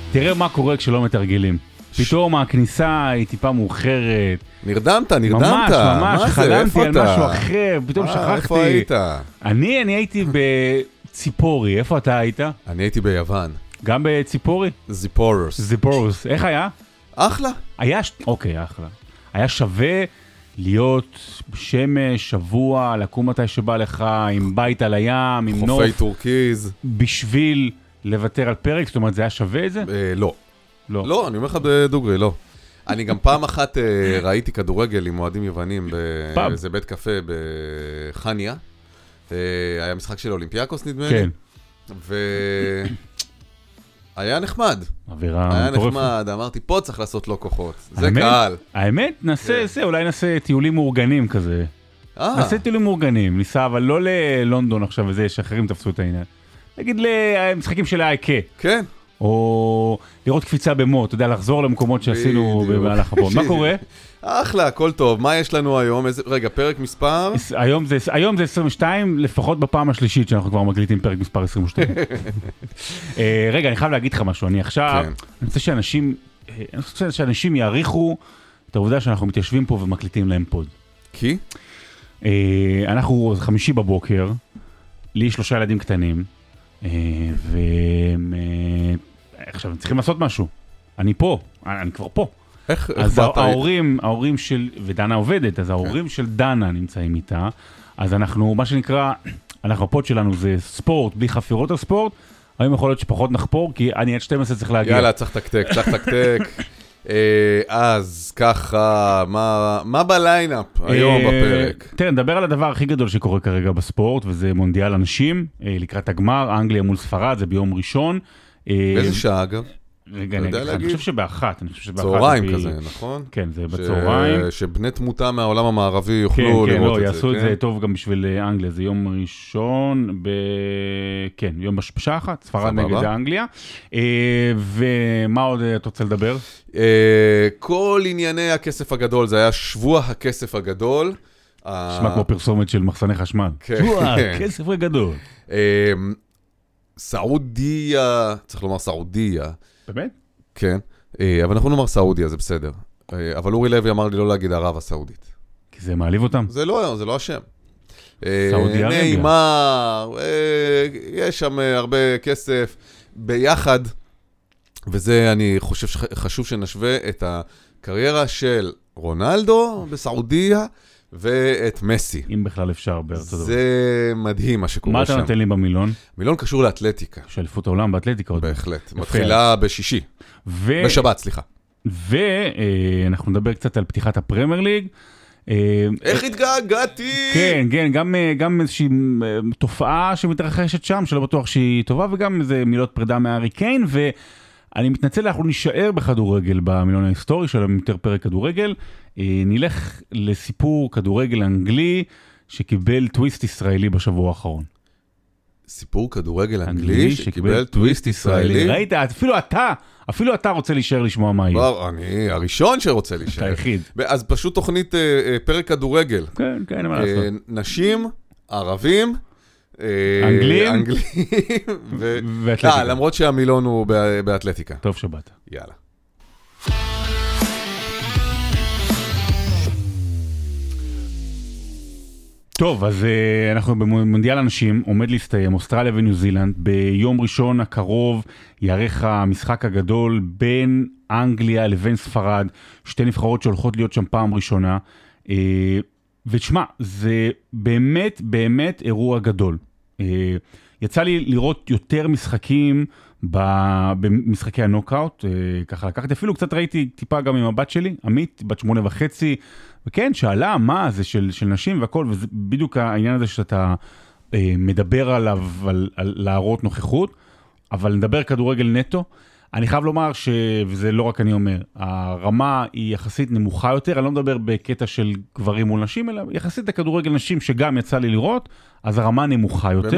תראה מה קורה כשלא מתרגלים. פתאום הכניסה היא טיפה מאוחרת. נרדמת. ממש, חלמתי על משהו אחר, פתאום שכחתי. איפה היית? אני הייתי בציפורי, איפה אתה היית? אני הייתי ביוון. גם בציפורי? זיפורוס. איך היה? אחלה. אוקיי, אחלה. היה שווה להיות בשמש, שבוע, לקום מתי שבא לך, עם בית על הים, עם נוף. חופי טורקיז. בשביל לוותר על פרק, זאת אומרת, זה היה שווה את זה? לא. לא, אני אומר לך בדוגרי, לא. אני גם פעם אחת ראיתי כדורגל עם מועדים יוונים באיזה בית קפה בחניה. היה משחק של אולימפיאקוס, נדמה לי. כן. היה נחמד. היה נחמד, אמרתי, פה צריך לעשות לו כוחות. זה קהל. האמת, אולי נעשה טיולים מאורגנים כזה. נעשה טיולים מאורגנים, ניסע, אבל לא ללונדון עכשיו, וזה שאחרים תפסו את העניין. נגיד למשחקים של האיקה. כן. או לראות קפיצה במות, אתה יודע, לחזור למקומות שעשינו במהלך הפעם. מה קורה? אחלה, הכל טוב. מה יש לנו היום? רגע, פרק מספר? היום זה 22, לפחות בפעם השלישית שאנחנו כבר מקליטים פרק מספר 22. רגע, אני חייב להגיד לך משהו. אני עכשיו, אני רוצה שאנשים יעריכו את העובדה שאנחנו מתיישבים פה ומקליטים להם פוד. כי? אנחנו 5 בבוקר, לי 3 ילדים קטנים, עכשיו, צריכים לעשות משהו. אני פה, אני כבר פה. איך אז ההורים של, ודנה עובדת, אז ההורים של דנה נמצאים איתה, אז אנחנו, מה שנקרא, הפוד שלנו זה ספורט, בלי חפירות הספורט, היום יכול להיות שפחות נחפור, כי אני עד 12 צריך להגיע. יאללה, צריך תקתק. אז ככה, מה בליינאפ היום בפרק? תראה, נדבר על הדבר הכי גדול שקורה כרגע בספורט, וזה מונדיאל אנשים, לקראת הגמר, אנגליה מול ספרד, זה ביום ראשון. באיזה שעה אגב? רגע, אני חושב שבאחת. צהריים כזה, נכון? כן, זה בצהריים. שבני תמותה מהעולם המערבי יוכלו לראות את זה. כן, לא, יעשו את זה טוב גם בשביל אנגליה, זה יום ראשון, כן, יום בשעה אחת, ספרד נגד אנגליה. ומה עוד אתה רוצה לדבר? כל ענייני הכסף הגדול, זה היה שבוע הכסף הגדול. נשמע כמו פרסומת של מחסני חשמל. שבוע הכסף הגדול. סעודיה, צריך לומר סעודיה. באמת? כן, אבל אנחנו נאמר סעודיה, זה בסדר. אבל אורי לוי אמר לי לא להגיד ערב הסעודית. כי זה מעליב אותם? זה לא השם. סעודיה ערביה. נאמר, יש שם הרבה כסף ביחד, וזה אני חושב שחשוב שנשווה את הקריירה של רונלדו בסעודיה, ואת מסי. אם בכלל אפשר בארצות הברית. זה מדהים מה שקורה שם. מה אתה נותן לי במילון? מילון קשור לאתלטיקה. של אליפות העולם באתלטיקה. בהחלט. מתחילה בשישי. בשבת, סליחה. ואנחנו נדבר קצת על פתיחת הפרמייר ליג. איך התגעגעתי? כן, גם איזושהי תופעה שמתרחשת שם, שלא בטוח שהיא טובה, וגם איזה מילות פרידה מהארי קיין, אני מתנצל, אנחנו נשאר בכדורגל במילון ההיסטורי שלנו, יותר פרק כדורגל. נלך לסיפור כדורגל אנגלי שקיבל טוויסט ישראלי בשבוע האחרון. סיפור כדורגל אנגלי שקיבל טוויסט ישראלי? ראית, אפילו אתה רוצה להישאר לשמוע מה יהיה. אני הראשון שרוצה להישאר. אתה היחיד. אז פשוט תוכנית פרק כדורגל. כן, מה לעשות. נשים, ערבים, אנגלים ואתלטיקה. למרות שהמילון הוא באתלטיקה. טוב שבאת. יאללה. טוב, אז אנחנו במונדיאל אנשים, עומד להסתיים, אוסטרליה וניו זילנד, ביום ראשון הקרוב יערך המשחק הגדול בין אנגליה לבין ספרד, 2 נבחרות שהולכות להיות שם פעם ראשונה, ותשמע, זה באמת אירוע גדול. יצא לי לראות יותר משחקים במשחקי הנוקאוט, ככה לקחתי, אפילו קצת ראיתי טיפה גם עם הבת שלי, עמית, בת 8.5, וכן, שאלה מה זה של נשים והכל, וזה בדיוק העניין הזה שאתה מדבר עליו, על להראות נוכחות, אבל נדבר כדורגל נטו, אני חייב לומר וזה לא רק אני אומר, הרמה היא יחסית נמוכה יותר, אני לא מדבר בקטע של גברים מול נשים, אלא יחסית לכדורגל נשים שגם יצא לי לראות, אז הרמה נמוכה יותר. באמת?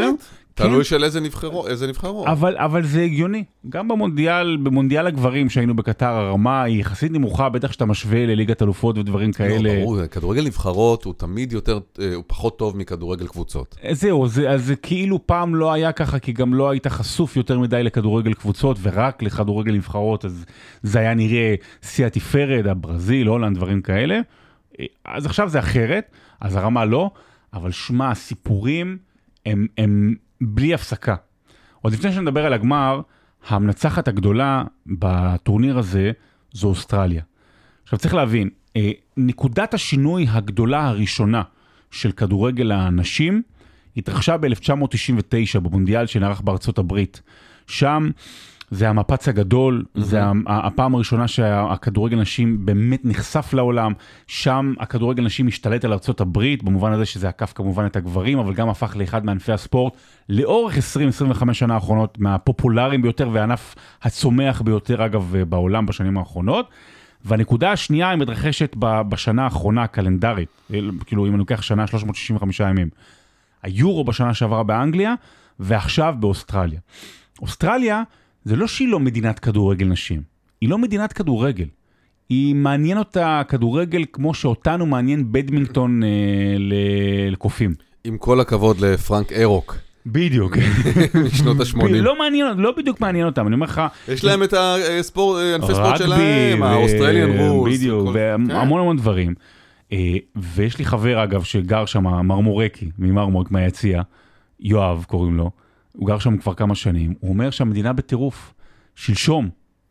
תלוי של איזה נבחרות. אבל זה הגיוני. גם במונדיאל הגברים שהיינו בקטר, הרמה היא יחסית נמוכה, בטח שאתה משווה לליגת אלופות ודברים כאלה. לא, ברור, כדורגל נבחרות הוא תמיד הוא פחות טוב מכדורגל קבוצות. זהו, אז כאילו פעם לא היה ככה, כי גם לא היית חשוף יותר מדי לכדורגל קבוצות, ורק לכדורגל נבחרות, אז זה היה נראה שיא התפארת, הברזיל, הולנד, דברים כאלה. אז עכשיו זה אחרת, אז הרמה לא, אבל שמה, הסיפורים הם בלי הפסקה. עוד לפני שנדבר על הגמר, המנצחת הגדולה בטורניר הזה זו אוסטרליה. עכשיו צריך להבין, נקודת השינוי הגדולה הראשונה של כדורגל הנשים, התרחשה ב-1999 במונדיאל שנערך בארצות הברית. שם זה המפץ הגדול, זה הפעם הראשונה שהכדורגל נשים באמת נחשף לעולם, שם הכדורגל נשים משתלט על ארצות הברית, במובן הזה שזה עקף כמובן את הגברים, אבל גם הפך לאחד מענפי הספורט, לאורך 20-25 שנה האחרונות, מהפופולריים ביותר והענף הצומח ביותר אגב בעולם בשנים האחרונות, והנקודה השנייה היא מתרחשת בשנה האחרונה הקלנדרית, כאילו אם אני לוקח שנה 365 ימים, היורו בשנה שעברה באנגליה, ועכשיו באוסטרליה. אוסטרליה זה לא שהיא לא מדינת כדורגל נשים, היא לא מדינת כדורגל, היא מעניין אותה כדורגל כמו שאותנו מעניין בדמינגטון לקופים. עם כל הכבוד לפרנק אירוק. בדיוק. משנות ה-80. לא מעניין, לא בדיוק מעניין אותם, אני אומר לך... יש להם את ענפי ספורט שלהם, האוסטרליאן רולס. בדיוק, והמון דברים. ויש לי חבר אגב שגר שם, מרמורקי, ממרמורק מהיציע, יואב קוראים לו, הוא גר שם כבר כמה שנים, הוא אומר שהמדינה בטירוף, שלשום,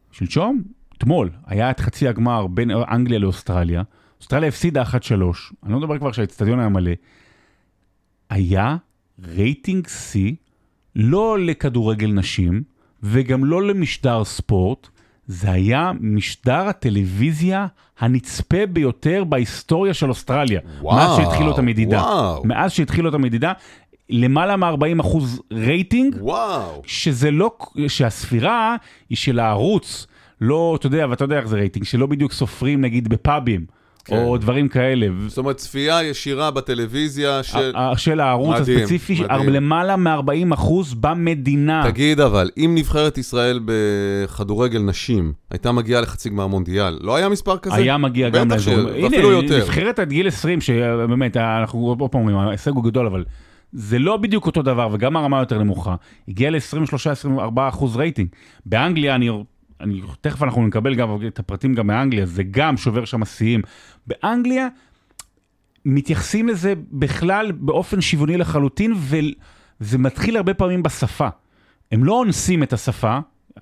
אתמול, היה את חצי הגמר בין אנגליה לאוסטרליה, אוסטרליה הפסידה 1-3, אני לא מדבר כבר שהאצטדיון היה מלא, היה רייטינג C, לא לכדורגל נשים, וגם לא למשדר ספורט, זה היה משדר הטלוויזיה הנצפה ביותר בהיסטוריה של אוסטרליה, מאז שהתחילו את המדידה. מאז שהתחילו את המדידה, למעלה מ-40% רייטינג, שזה לא, שהספירה היא של הערוץ, לא, אתה יודע, ואתה יודע איך זה רייטינג, שלא בדיוק סופרים נגיד בפאבים, או דברים כאלה. זאת אומרת, צפייה ישירה בטלוויזיה של הערוץ הספציפי, למעלה מ-40% במדינה. תגיד אבל, אם נבחרת ישראל בכדורגל נשים, הייתה מגיעה לחצי גמר מונדיאל, לא היה מספר כזה? היה מגיע גם לזה. הנה, נבחרת עד גיל 20, שבאמת, אנחנו עוד פעם אומרים, ההישג הוא גדול, אבל זה לא בדיוק אותו דבר, וגם הרמה יותר נמוכה. הגיע ל-23-24% רייטינג. באנגליה, תכף אנחנו נקבל גם את הפרטים גם מאנגליה, זה גם שובר שם שיאים. באנגליה מתייחסים לזה בכלל באופן שוויוני לחלוטין, וזה מתחיל הרבה פעמים בשפה. הם לא אונסים את השפה,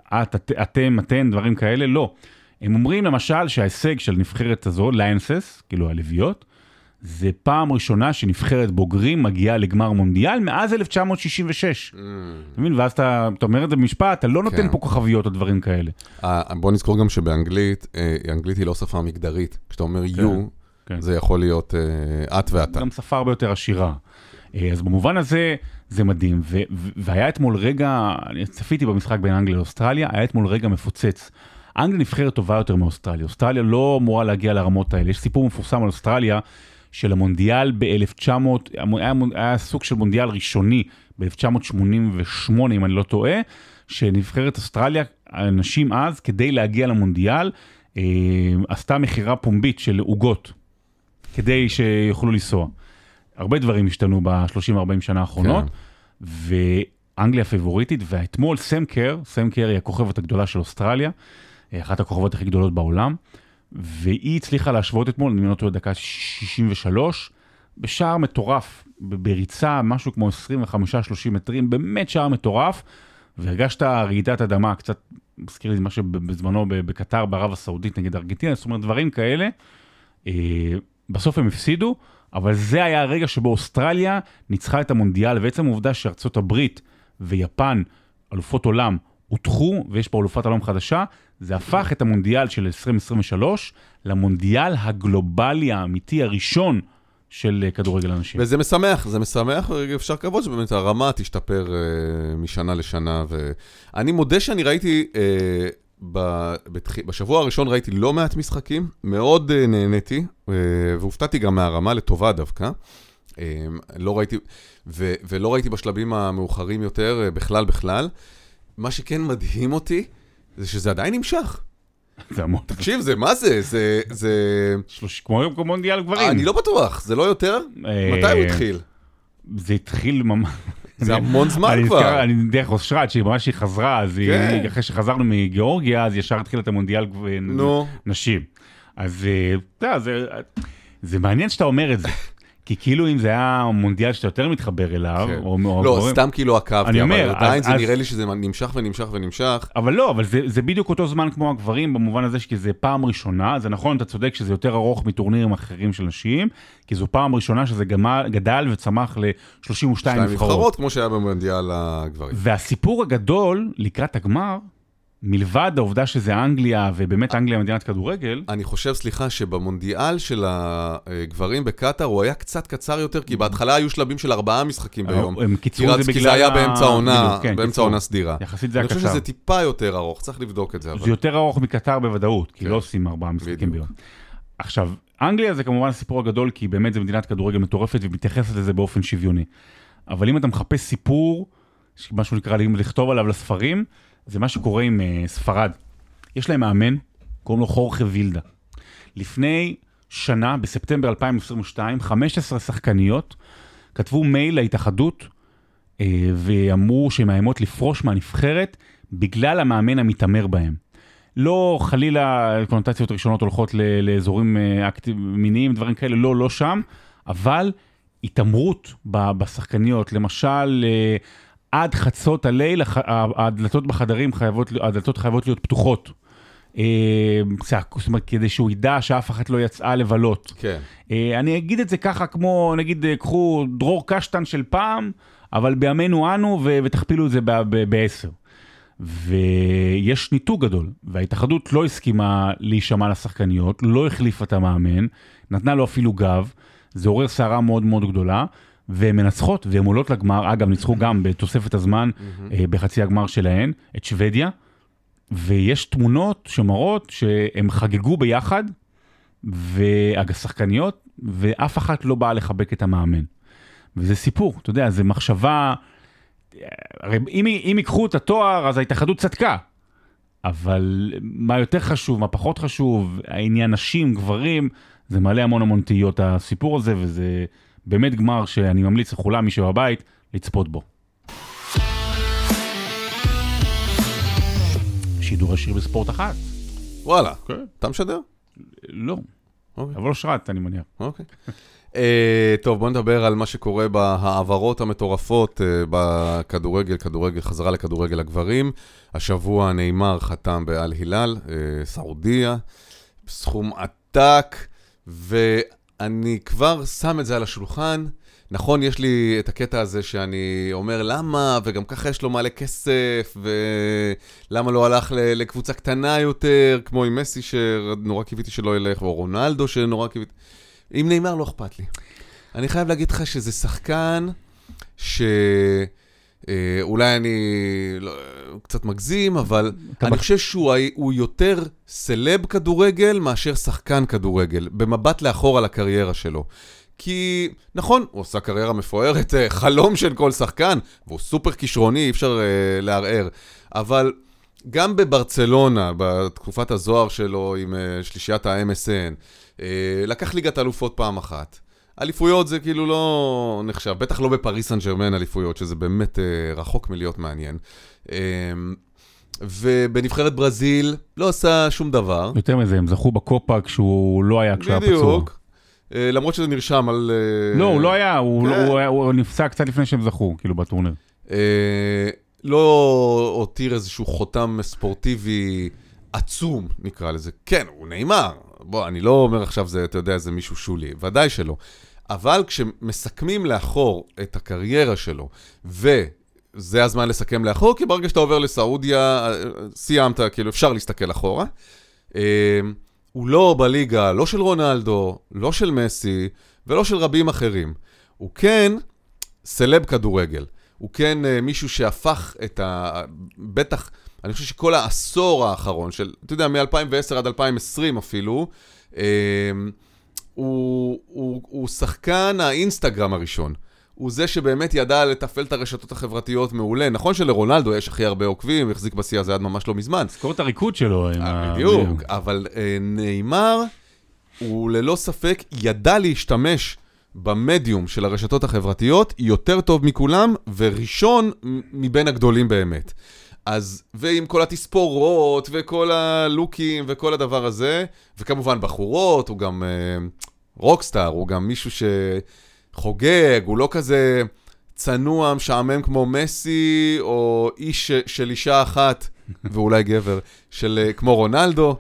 אתן, דברים כאלה, לא. הם אומרים למשל שההישג של נבחרת הזו, ליונסס, כאילו הלוויות, זה פעם ראשונה שנבחרת בוגרים מגיעה לגמר מונדיאל מאז 1966. אתה מבין? ואז אתה אומר את זה במשפט, אתה לא נותן פה כוכביות או דברים כאלה. בוא נזכור גם שבאנגלית, אנגלית היא לא שפה מגדרית. כשאתה אומר you, זה יכול להיות את ואתה. גם שפה הרבה יותר עשירה. אז במובן הזה זה מדהים. והיה אתמול רגע, אני צפיתי במשחק בין אנגליה לאוסטרליה, היה אתמול רגע מפוצץ. אנגליה נבחרת טובה יותר מאוסטרליה. אוסטרליה לא אמורה להגיע לרמות האלה. יש סיפור מפורסם על אוסטרליה, של המונדיאל ב-1900, היה סוג של מונדיאל ראשוני ב-1988, אם אני לא טועה, שנבחרת אוסטרליה, אנשים אז, כדי להגיע למונדיאל, עשתה מחירה פומבית של עוגות, כדי שיוכלו לנסוע. הרבה דברים השתנו ב-30-40 שנה האחרונות, ואנגליה פייבוריטית, ואתמול סם קר היא הכוכבת הגדולה של אוסטרליה, אחת הכוכבות הכי גדולות בעולם, והיא הצליחה להשוות אתמול, אני מנות דקה 63, בשער מטורף, בריצה, משהו כמו 25-30 מטרים, באמת שער מטורף, והרגשת רעידת אדמה, קצת מזכיר לי מה שבזמנו בקטר, בערב הסעודית נגד ארגנטינה, זאת אומרת דברים כאלה, בסוף הם הפסידו, אבל זה היה הרגע שבו אוסטרליה ניצחה את המונדיאל, ובעצם העובדה שארצות הברית ויפן, אלופות עולם, הותחו, ויש פה אלופת עולם חדשה, זה הפך את המונדיאל של 2023 למונדיאל הגלובלי האמיתי הראשון של כדורגל אנשים. וזה משמח, אפשר לקוות שבאמת הרמה תשתפר משנה לשנה, ואני מודה שאני ראיתי, בשבוע הראשון ראיתי לא מעט משחקים, מאוד נהניתי, והופתעתי גם מהרמה לטובה דווקא. לא ראיתי, ולא ראיתי בשלבים המאוחרים יותר, בכלל. מה שכן מדהים אותי, זה שזה עדיין נמשך. זה המון. תקשיב, זה מה זה? זה... כמו מונדיאל גברים. אני לא בטוח, זה לא יותר? מתי הוא התחיל? זה התחיל ממש... זה המון זמן כבר. אני דרך אושרת, שהיא ממש חזרה, אז אחרי שחזרנו מגיאורגיה, אז ישר התחיל את המונדיאל נשים. אז זה מעניין שאתה אומר את זה. כי כאילו אם זה היה מונדיאל שאתה יותר מתחבר אליו, לא, סתם כאילו עקבתי, אבל עדיין זה נראה לי שזה נמשך ונמשך. אבל לא, אבל זה בדיוק אותו זמן כמו הגברים, במובן הזה שזה פעם ראשונה, זה נכון, אתה צודק שזה יותר ארוך מטורנירים אחרים של נשים, כי זו פעם ראשונה שזה גדל וצמח ל-32 נבחרות. כמו שהיה במונדיאל הגברים. והסיפור הגדול לקראת הגמר, מלבד העובדה שזה אנגליה, ובאמת אנגליה מדינת כדורגל. אני חושב, סליחה, שבמונדיאל של הגברים בקטר, הוא היה קצת קצר יותר, כי בהתחלה היו שלבים של 4 משחקים ביום. כי זה היה באמצע עונה סדירה. יחסית זה היה קצר. אני חושב שזה טיפה יותר ארוך, צריך לבדוק את זה. זה יותר ארוך מקטר בוודאות, כי לא עושים 4 משחקים ביום. עכשיו, אנגליה זה כמובן הסיפור הגדול, כי באמת זה מדינת כדורגל מטורפת, ומתייחסת לזה באופן שוויוני. אבל אם אתה מחפש סיפור, משהו נקרא לכתוב עליו לספרים, זה מה שקורה עם ספרד. יש להם מאמן, קוראים לו חורכה וילדה. לפני שנה, בספטמבר 2022, 15 שחקניות כתבו מייל להתאחדות, ואמרו שהן מאיימות לפרוש מהנבחרת, בגלל המאמן המתאמר בהם. לא חלילה קונוטציות ראשונות הולכות לאזורים מיניים, דברים כאלה, לא שם, אבל התאמרות בשחקניות, למשל, עד חצות הליל, הדלתות בחדרים חייבות להיות פתוחות. זאת אומרת, כדי שהוא ידע שאף אחת לא יצאה לבלות. כן. אני אגיד את זה ככה כמו, נגיד, קחו דרור קשטן של פעם, אבל בימינו אנו, ותכפילו את זה ב-10. ויש ניתוק גדול, וההתאחדות לא הסכימה להישמע לשחקניות, לא החליפה את המאמן, נתנה לו אפילו גב, זה עורר שערה מאוד מאוד גדולה, והן מנצחות, והן עולות לגמר, אגב, ניצחו גם בתוספת הזמן, בחצי הגמר שלהן, את שוודיה, ויש תמונות שמראות שהם חגגו ביחד, והשחקניות, ואף אחת לא באה לחבק את המאמן. וזה סיפור, אתה יודע, זה מחשבה, הרי אם ייקחו את התואר, אז ההתאחדות צדקה, אבל מה יותר חשוב, מה פחות חשוב, העניין נשים, גברים, זה מעלה המון תהיות הסיפור הזה, וזה באמת גמר שאני ממליץ לכולם, מי שבבית, לצפות בו. שידור השיר בספורט 1. וואלה, אתה משדר? לא, אבל אושרת, אני מניח. אוקיי. טוב, בוא נדבר על מה שקורה בהעברות המטורפות בכדורגל, חזרה לכדורגל הגברים. השבוע ניימר חתם באל הילל, סעודיה, סכום עתק, ואני כבר שם את זה על השולחן. נכון, יש לי את הקטע הזה שאני אומר למה, וגם ככה יש לו מלא כסף, ולמה לא הלך לקבוצה קטנה יותר, כמו עם מסי שנורא קיוויתי שלא ילך, או רונלדו שנורא קיוויתי. עם ניימר לא אכפת לי. אני חייב להגיד לך שזה שחקן שאולי אני קצת מגזים, אבל אני חושב שהוא יותר סלב כדורגל מאשר שחקן כדורגל, במבט לאחור על הקריירה שלו. כי נכון, הוא עושה קריירה מפוארת, חלום של כל שחקן, והוא סופר כישרוני, אי אפשר לערער. אבל גם בברצלונה, בתקופת הזוהר שלו עם שלישיית ה-MSN, לקח ליגת אלופות פעם אחת. אליפויות זה כאילו לא נחשב, בטח לא בפריס סן ז'רמן אליפויות, שזה באמת רחוק מלהיות מעניין. ובנבחרת ברזיל לא עשה שום דבר. יותר מזה, הם זכו בקופה כשהוא לא היה כשהיה פצוע. בדיוק. למרות שזה נרשם על... לא, הוא לא היה, הוא נפסק קצת לפני שהם זכו, כאילו בטורניר. לא הותיר איזשהו חותם ספורטיבי עצום, נקרא לזה. כן, הוא ניימר. בוא, אני לא אומר עכשיו זה, אתה יודע, זה מישהו שולי. ודאי שלא. אבל כשמסכמים לאחור את הקריירה שלו, וזה הזמן לסכם לאחור, כי ברגע שאתה עובר לסעודיה, סיימת, כאילו אפשר להסתכל אחורה. הוא לא בליגה, לא של רונלדו, לא של מסי, ולא של רבים אחרים. הוא כן סלב כדורגל. הוא כן מישהו שהפך את בטח, אני חושב שכל העשור האחרון, אתה יודע, מ-2010 עד 2020 אפילו, הוא שחקן האינסטגרם הראשון. הוא זה שבאמת ידע לתפעל את הרשתות החברתיות מעולה. נכון שלרונלדו יש הכי הרבה עוקבים, החזיק בשיא הזה עד ממש לא מזמן. זכור את הריקוד שלו. בדיוק, אבל ניימר, הוא ללא ספק ידע להשתמש במדיום של הרשתות החברתיות יותר טוב מכולם, וראשון מבין הגדולים באמת. אז, ועם כל התספורות, וכל הלוקים, וכל הדבר הזה, וכמובן בחורות, הוא גם רוקסטאר, הוא גם מישהו שחוגג, הוא לא כזה צנוע, משעמם כמו מסי, או איש של אישה אחת, ואולי גבר, כמו רונלדו.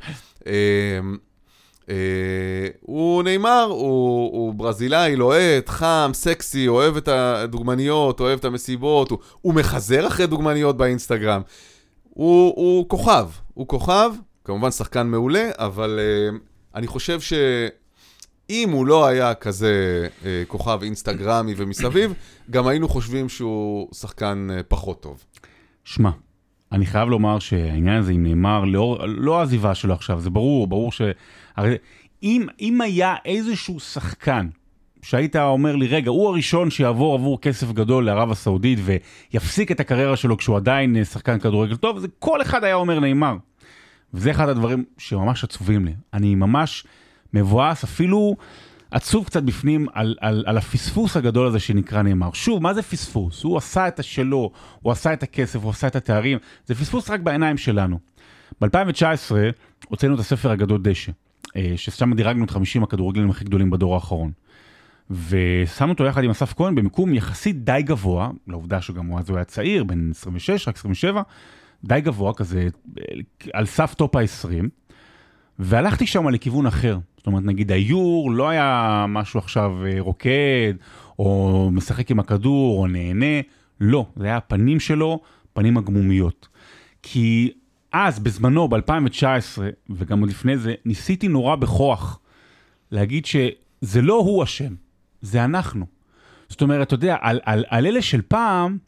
הוא ניימר, הוא ברזילאי, לוהט, חם, סקסי, אוהב את הדוגמניות, אוהב את המסיבות, הוא מחזר אחרי דוגמניות באינסטגרם. הוא כוכב, כמובן שחקן מעולה, אבל אני חושב שאם הוא לא היה כזה כוכב אינסטגרמי ומסביב, גם היינו חושבים שהוא שחקן פחות טוב. שמע, אני חייב לומר שהעניין הזה עם ניימר, לא העזיבה שלו עכשיו, זה ברור הרי אם היה איזשהו שחקן, שהיית אומר לי, רגע, הוא הראשון שיעבור עבור כסף גדול לערב הסעודית, ויפסיק את הקריירה שלו כשהוא עדיין שחקן כדורגל טוב, זה כל אחד היה אומר ניימר. וזה אחד הדברים שממש עצובים לי. אני ממש מבואס, אפילו עצוב קצת בפנים על הפספוס הגדול הזה שנקרא ניימר. שוב, מה זה פספוס? הוא עשה את השלו, הוא עשה את הכסף, הוא עשה את התארים. זה פספוס רק בעיניים שלנו. ב-2019 הוצאנו את הספר הגדול דשא, ששם דירגנו את 50 הכדורגלנים הכי גדולים בדור האחרון. ושמנו אותו יחד עם אסף כהן במיקום יחסית די גבוה, לעובדה שגם הוא אז הוא היה צעיר, בין 26, רק 27, די גבוה כזה, על סף טופ ה-20, והלכתי שם לכיוון אחר. זאת אומרת, נגיד היור לא היה משהו עכשיו רוקד, או משחק עם הכדור, או נהנה, לא, זה היה הפנים שלו, פנים הגמומיות. כי אז, בזמנו, ב-2019, וגם עוד לפני זה, ניסיתי נורא בכוח להגיד שזה לא הוא השם, זה אנחנו. זאת אומרת, אתה יודע, על אלה של פעם,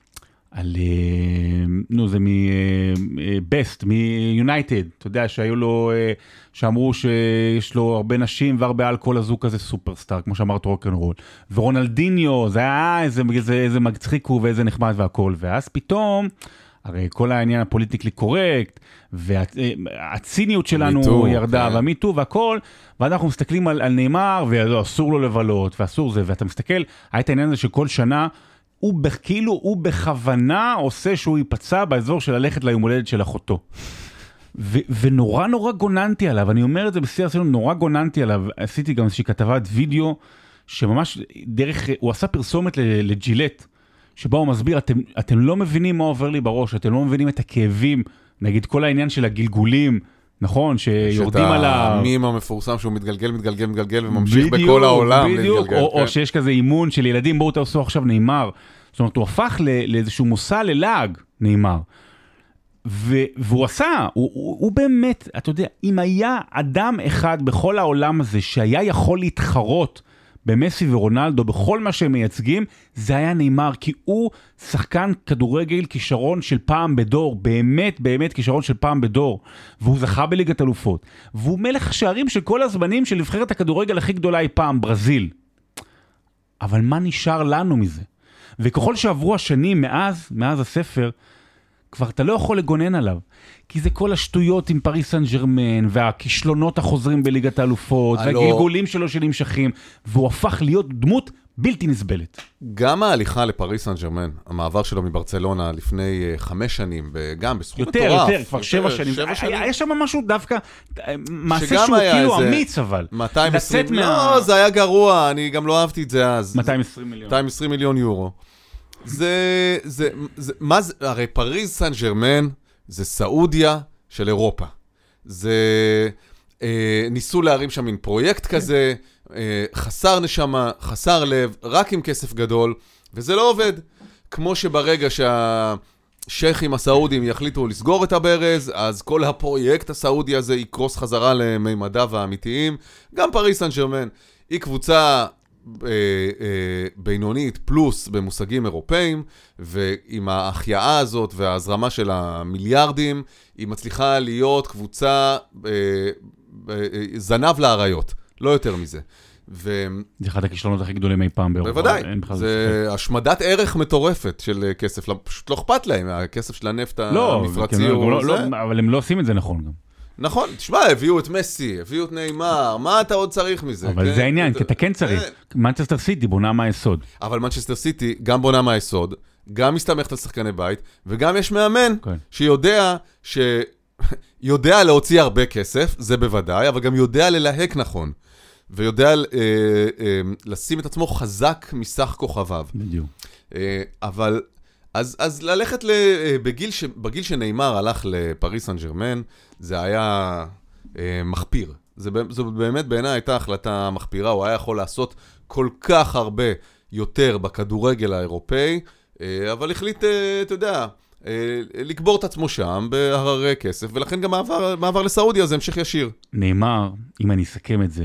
זה מבסט, מיונייטד, אתה יודע, שהיו לו, שאמרו שיש לו הרבה נשים והרבה אלכוהול, אז הוא כזה סופרסטאר, כמו שאמרת רוק'נ'רול. ורונלדיניו, זה היה איזה מצחיק ואיזה נחמד והכל, ואז פתאום, הרי כל העניין הפוליטיקלי קורקט, והציניות שלנו ירדה, והמיטו והכל, ואנחנו מסתכלים על ניימר, ואסור לו לבלות, ואסור זה, ואתה מסתכל, היה את העניין הזה שכל שנה, כאילו הוא בכוונה עושה שהוא ייפצע באזור של ללכת ליום הולדת של אחותו. ונורא נורא גוננתי עליו, אני אומר את זה בשיא הרצינות, נורא גוננתי עליו, עשיתי גם איזושהי כתבת וידאו, שממש הוא עשה פרסומת לג'ילט, שבה הוא מסביר, אתם לא מבינים מה עובר לי בראש, אתם לא מבינים את הכאבים, נגיד כל העניין של הגלגולים, נכון, שיורדים על המים המפורסם שהוא מתגלגל וממשיך בכל העולם. בדיוק, או שיש כזה אימון של ילדים, בואו תעשו עכשיו ניימר. זאת אומרת, הוא הפך לאיזשהו מושא ללעג, ניימר. והוא עשה, הוא באמת, אתה יודע, אם היה אדם אחד בכל העולם הזה, שהיה יכול להתחרות במסי ורונלדו, בכל מה שהם מייצגים, זה היה ניימר, כי הוא שחקן כדורגל כישרון של פעם בדור, באמת כישרון של פעם בדור, והוא זכה בליגת אלופות, והוא מלך שערים של כל הזמנים של נבחרת הכדורגל הכי גדולה אי פעם, ברזיל. אבל מה נשאר לנו מזה? וככל שעברו השנים מאז הספר, כבר אתה לא יכול לגונן עליו, כי זה כל השטויות עם פריס סן ז'רמן, והכישלונות החוזרים בליגת האלופות, והגלגולים שלו שנמשכים, והוא הפך להיות דמות בלתי נסבלת. גם ההליכה לפריס סן ז'רמן, המעבר שלו מברצלונה לפני 5 שנים, גם בסכום מטורף. יותר, כבר 7 שנים. היה שם משהו דווקא, מעשה שהוא כאילו אמיץ אבל. 220, לא, זה היה גרוע, אני גם לא אהבתי את זה אז. 220 מיליון יורו. מה זה, הרי פריז סן ז'רמן זה סעודיה של אירופה. זה, ניסו להרים שם מין פרויקט כזה, חסר נשמה, חסר לב, רק עם כסף גדול, וזה לא עובד. כמו שברגע שהשייכים הסעודים יחליטו לסגור את הברז, אז כל הפרויקט הסעודי הזה יקרוס חזרה למימדיו האמיתיים. גם פריז סן ז'רמן היא קבוצה בינונית פלוס במושגים אירופאים, ועם ההחייאה הזאת וההזרמה של המיליארדים, היא מצליחה להיות קבוצה זנב לאריות, לא יותר מזה. זה אחד הכישלונות הכי גדולים אי פעם באירופה. בוודאי, זה השמדת ערך מטורפת של כסף, פשוט לא אכפת להם, הכסף של הנפט המפרצי הוא זה. אבל הם לא עושים את זה נכון גם. נכון, תשמע, הביאו את מסי, הביאו את ניימר, מה אתה עוד צריך מזה? אבל זה העניין, כי אתה כן צריך. מנצ'סטר סיטי בונה מהיסוד. אבל מנצ'סטר סיטי גם בונה מהיסוד, גם מסתמכת על שחקני בית, וגם יש מאמן שיודע להוציא הרבה כסף, זה בוודאי, אבל גם יודע ללהק נכון. ויודע לשים את עצמו חזק מסך כוכביו. בדיוק. אבל, אז ללכת בגיל שניימר הלך לפריס סן ז'רמן, זה היה מחפיר. זו באמת בעיניי הייתה החלטה מחפירה, הוא היה יכול לעשות כל כך הרבה יותר בכדורגל האירופאי, אבל החליט, אתה יודע, לקבור את עצמו שם בהררי כסף, ולכן גם מעבר לסעודיה זה המשך ישיר. ניימר, אם אני אסכם את זה,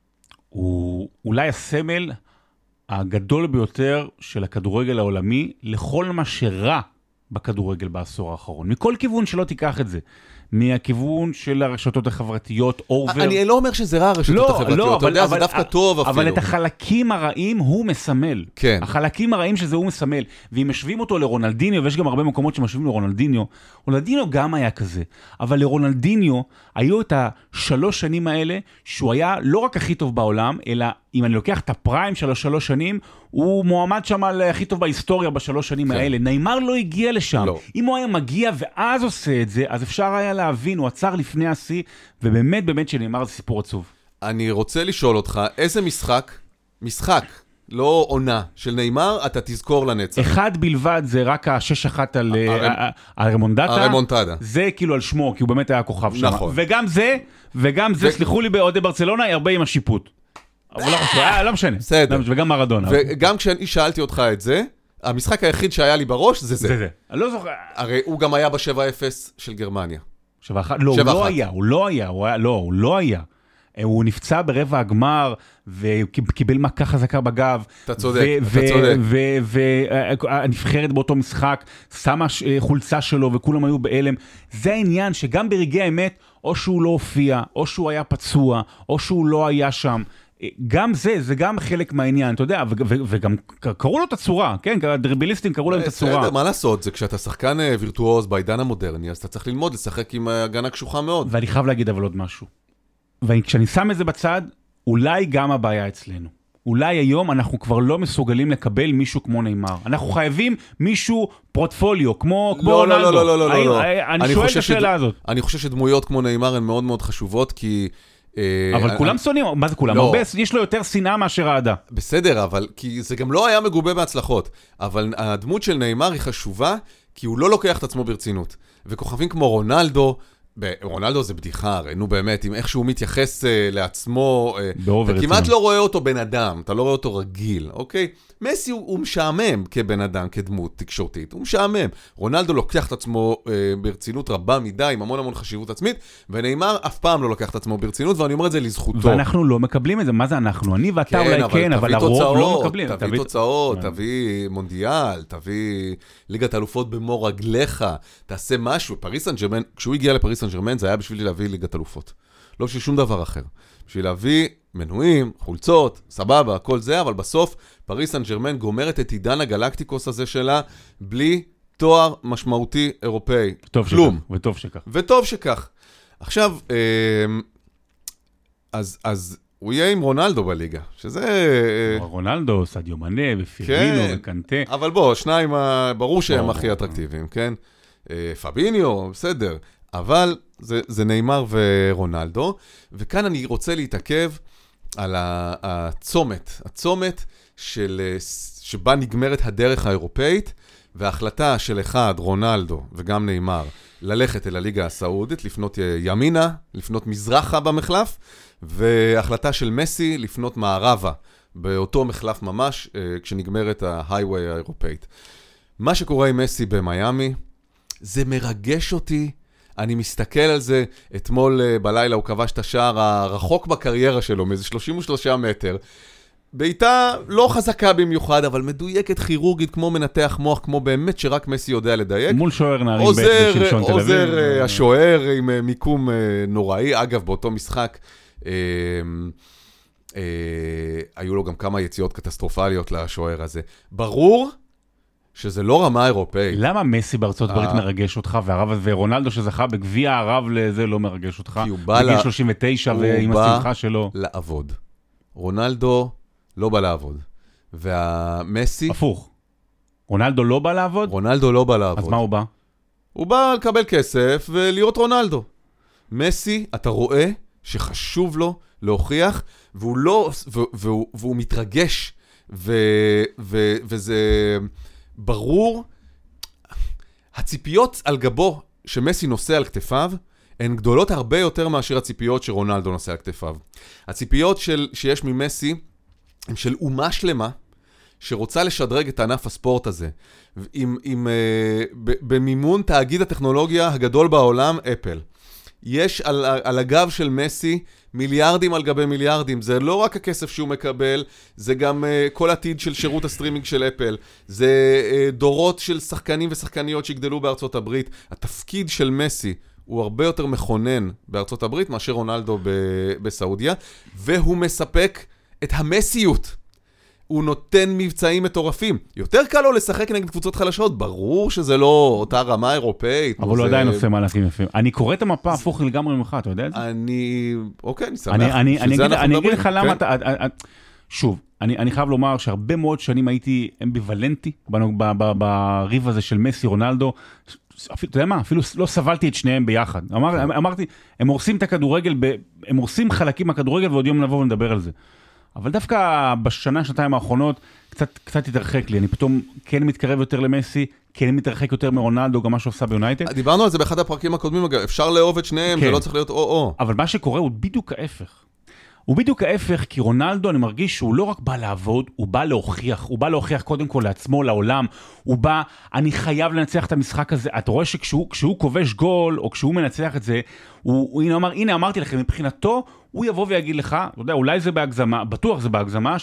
הוא אולי הסמל הגדול ביותר של הכדורגל העולמי לכל מה שרע בכדורגל בעשור האחרון. מכל כיוון שלא תיקח את זה. מהכיוון של הרשתות החברתיות, אובר. אני לא אומר שזה רע הרשתות החברתיות, אתה יודע, זה דווקא טוב אפילו. אבל את החלקים הרעים הוא מסמל. כן. החלקים הרעים שזה הוא מסמל. ואם משווים אותו לרונלדיניו, ויש גם הרבה מקומות שמשווים לרונלדיניו, רונלדיניו גם היה כזה. אבל לרונלדיניו היו את 3 שנים האלה, שהוא היה לא רק הכי טוב בעולם, אלא אם אני לוקח את הפריים של 3 שנים, הוא מועמד שם על הכי טוב בהיסטוריה ב3 שנים האלה. ניימר לא הגיע לשם. אם הוא היה מגיע ואז עושה את זה, אז אפשר היה להבין, הוא עצר לפני השיא, ובאמת, באמת שניימר זה סיפור עצוב. אני רוצה לשאול אותך, איזה משחק, לא עונה, של ניימר, אתה תזכור לנצח? אחד בלבד, זה רק ה6-1 על הרמונטדה. זה כאילו על שמו, כי הוא באמת היה כוכב שם. נכון. וגם זה, סליחו לי באוהדי ברצלונה, הרבה עם השיפוט. אבל לא משנה. בסדר. וגם מרדונה. וגם כשאני שאלתי אותך את זה, המשחק היחיד שהיה לי בראש זה זה. אני לא זוכר. הרי הוא גם היה ב7-0 של גרמניה. 7-1? לא, הוא לא היה. הוא נפצע ברבע הגמר, וקיבל מכה חזקה בגב. אתה צודק, אתה צודק. והנבחרת באותו משחק, שמה חולצה שלו, וכולם היו באלם. זה העניין שגם ברגעי האמת, או שהוא לא הופיע, או שהוא היה פצוע, או שהוא לא היה שם. גם זה גם חלק מהעניין, אתה יודע, וגם קראו לו את הצורה, כן? הדריבליסטים קראו להם את הצורה. בסדר, מה לעשות? זה כשאתה שחקן וירטואוז בעידן המודרני, אז אתה צריך ללמוד, לשחק עם הגנה קשוחה מאוד. ואני חייב להגיד אבל עוד משהו. וכשאני שם את זה בצד, אולי גם הבעיה אצלנו. אולי היום אנחנו כבר לא מסוגלים לקבל מישהו כמו ניימר. אנחנו חייבים מישהו פורטפוליו, כמו רונלדו. לא. אני שואל את השאלה הזאת. אני חושב שדמויות כמו ניימר הן מאוד מאוד חשובות, כי אבל כולם שונאים, מה זה כולם? הרבה, יש לו יותר שנאה מאשר אהדה. בסדר, אבל כי זה גם לא היה מגובה בהצלחות. אבל הדמות של ניימר היא חשובה, כי הוא לא לוקח את עצמו ברצינות. וכוכבים כמו רונלדו, רונלדו זה בדיחה, הרי, נו באמת, עם איך שהוא מתייחס לעצמו, אתה כמעט לא רואה אותו בן אדם, אתה לא רואה אותו רגיל, אוקיי? מסי הוא משעמם כבן אדם, כדמות תקשורתית, הוא משעמם. רונלדו לוקח את עצמו ברצינות רבה מדי, עם המון חשיבות עצמית, וניימר אף פעם לא לוקח את עצמו ברצינות, ואני אומר את זה לזכותו. ואנחנו לא מקבלים את זה, מה זה אנחנו? אני ואתה אולי כן, אבל הרוב לא מקבלים. תביא תוצאות, תביא מונדיאל, תביא ליגת אלופות במו רגליך, תעשה משהו. פריס סן ז'רמן, כשהוא הגיע לפריס סן ז'רמן, זה היה בשביל להביא ליגת אלופות. לא בשביל שום דבר אחר. בשביל להביא מנויים, חולצות, סבבה, כל זה, אבל בסוף פריס סן ז'רמן גומרת את עידן הגלקטיקוס הזה שלה, בלי תואר משמעותי אירופאי. כלום. וטוב שכך. עכשיו, אז הוא יהיה עם רונלדו בליגה, שזה... רונלדו, סדיו מנה, ופירמינו, וקנטה. אבל בוא, שניים, ברור שהם הכי אטרקטיביים, כן? פביניו, בסדר. אבל זה ניימר ורונלדו, וכאן אני רוצה להתעכב על הצומת שבה נגמרת הדרך האירופאית, וההחלטה של אחד, רונלדו וגם ניימר, ללכת אל הליגה הסעודית, לפנות ימינה, לפנות מזרחה במחלף, והחלטה של מסי לפנות מערבה, באותו מחלף ממש, כשנגמרת ההייווי האירופאית. מה שקורה עם מסי במיימי, זה מרגש אותי, אני מסתכל על זה, אתמול בלילה הוא כבש את השער הרחוק בקריירה שלו, מאיזה 33 מטר, בעיטה לא חזקה במיוחד, אבל מדויקת כירורגית, כמו מנתח מוח, כמו באמת שרק מסי יודע לדייק. מול שוער נערים בית בשמשון תל אביב. עוזר השוער עם מיקום נוראי, אגב באותו משחק, היו לו גם כמה יציאות קטסטרופליות לשוער הזה. ברור שזה לא רמה אירופאית. למה מסי בארצות הברית מרגש אותך, ורונלדו שזכה בגביע הערב לזה לא מרגש אותך? כי הוא בא בגיל 39 ועם השמחה שלו. לעבוד. רונלדו לא בא לעבוד. והמסי... הפוך. רונלדו לא בא לעבוד? רונלדו לא בא לעבוד. אז מה הוא בא? הוא בא לקבל כסף ולהיות רונלדו. מסי, אתה רואה שחשוב לו להוכיח, והוא מתרגש, וזה ברור. הציפיות על גבו שמסי נושא על כתפיו, הן גדולות הרבה יותר מאשר הציפיות שרונלדו נושא על כתפיו. הציפיות שיש ממסי, הן של אומה שלמה, שרוצה לשדרג את ענף הספורט הזה. במימון תאגיד הטכנולוגיה הגדול בעולם, אפל. יש על הגב של מסי מיליארדים על גבי מיליארדים. זה לא רק הכסף שהוא מקבל, זה גם כל עתיד של שירות הסטרימינג של אפל. זה דורות של שחקנים ושחקניות שיגדלו בארצות הברית. התפקיד של מסי הוא הרבה יותר מכונן בארצות הברית מאשר רונלדו בסעודיה, והוא מספק את המסיות. הוא נותן מבצעים מטורפים. יותר קל לו לשחק נגד קבוצות חלשות, ברור שזה לא אותה רמה אירופאית. אבל הוא עדיין עושה מהלכים יפים. אני קורא את המפה הפוך לגמרי ממך, אתה יודע את זה? אוקיי, אני שמח. אני אגיד לך למה אתה... שוב, אני חייב לומר שהרבה מאוד שנים הייתי אמביוולנטי בריב הזה של מסי, רונלדו. אתה יודע מה? אפילו לא סבלתי את שניהם ביחד. אמרתי, הם הורסים את הכדורגל, הם הורסים חלקים מהכדורגל, ועוד יום נבוא ונדבר על זה. אבל דווקא בשנה, שנתיים האחרונות, קצת התרחק לי. אני פתאום כן מתקרב יותר למסי, כן מתרחק יותר מרונלדו, גם מה שעושה ביונייטד. דיברנו על זה באחד הפרקים הקודמים, אפשר לאהוב את שניהם, זה לא צריך להיות או-או. אבל מה שקורה הוא בדיוק ההפך. הוא בדיוק ההפך, כי רונלדו, אני מרגיש שהוא לא רק בא לעבוד, הוא בא להוכיח. הוא בא להוכיח קודם כל לעצמו, לעולם. הוא בא, אני חייב לנצח את המשחק הזה. אתה רואה שכשהוא כובש גול, או כשהוא מנצח את זה, הנה אמרתי לכם, מבחינתו, הוא יבוא ויגיד לך, אתה יודע, אולי זה בהגזמה, בטוח זה בהגזמה,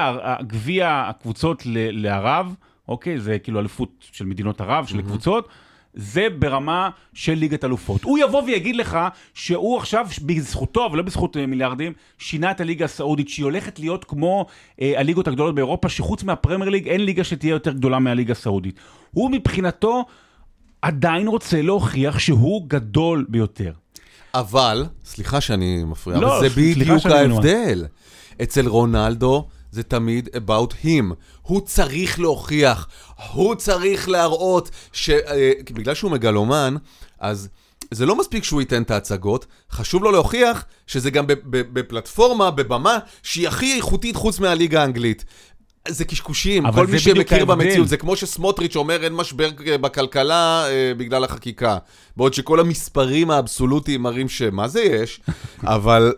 שגביע הקבוצות לערב, אוקיי, זה כאילו אליפות של מדינות ערב, של קבוצות, זה ברמה של ליגת אלופות. הוא יבוא ויגיד לך שהוא עכשיו בזכותו, ולא בזכות מיליארדים, שינה את הליגה הסעודית, שהיא הולכת להיות כמו הליגות הגדולות באירופה, שחוץ מהפרמייר ליג אין ליגה שתהיה יותר גדולה מהליגה הסעודית. הוא מבחינתו עדיין רוצה להוכיח שהוא גדול ביותר. אבל, סליחה שאני מפריע, אבל זה בדיוק ההבדל. אצל רונלדו זה תמיד about him. הוא צריך להוכיח, הוא צריך להראות, בגלל שהוא מגלומן, אז זה לא מספיק שהוא ייתן את ההצגות, חשוב לו להוכיח שזה גם בפלטפורמה, בבמה, שהיא הכי איכותית חוץ מהליגה האנגלית. זה קשקושים, כל מי שמכיר במציאות, זה כמו שסמוטריץ' אומר אין משבר בכלכלה בגלל החקיקה, בעוד שכל המספרים האבסולוטיים מראים שמה זה יש, אבל...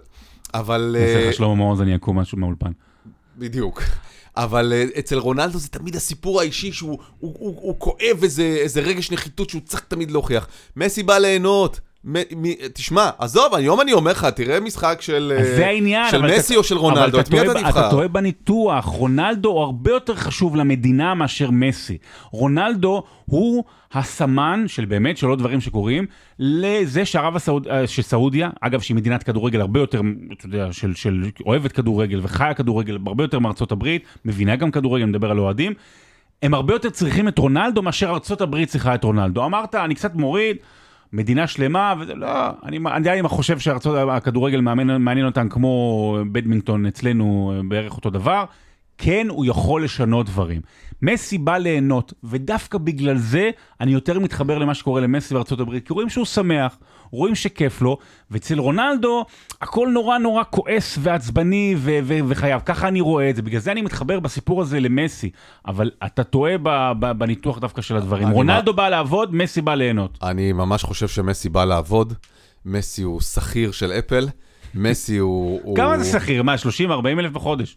זה חשלום המעוז, אני אקום משהו מהאולפן. בדיוק. אבל אצל רונלדו זה תמיד הסיפור האישי שהוא כואב איזה רגש נחיתות שהוא צריך תמיד להוכיח. מסי בא ליהנות. תשמע, עזוב, היום אני אומר לך, תראה משחק של מסי או של רונלדו, את מי אתה נבחר? אתה טועה בניתוח, רונלדו הוא הרבה יותר חשוב למדינה מאשר מסי. רונלדו הוא הסמן של באמת, של עוד דברים שקורים, לזה שסעודיה, אגב שהיא מדינת כדורגל הרבה יותר, אתה יודע, של אוהבת כדורגל וחיה כדורגל, הרבה יותר מארצות הברית, מבינה גם כדורגל, מדבר על אוהדים, הם הרבה יותר צריכים את רונלדו מאשר ארצות הברית צריכה את רונלדו. אמרת, אני קצת מוריד, מדינה שלמה, וזה לא, אני חושב שהכדורגל מעניין אותם כמו בדמינגטון אצלנו בערך אותו דבר, כן הוא יכול לשנות דברים. מסי בא ליהנות, ודווקא בגלל זה אני יותר מתחבר למה שקורה למסי בארצות הברית, כי רואים שהוא שמח, רואים שכיף לו, ואצל רונלדו הכל נורא נורא כועס ועצבני וחייב, ככה אני רואה את זה, בגלל זה אני מתחבר בסיפור הזה למסי, אבל אתה טועה בניתוח דווקא של הדברים. רונלדו בא לעבוד, מסי בא ליהנות. אני ממש חושב שמסי בא לעבוד, מסי הוא שכיר של אפל, מסי הוא... כמה זה שכיר? מה, 30-40 אלף בחודש?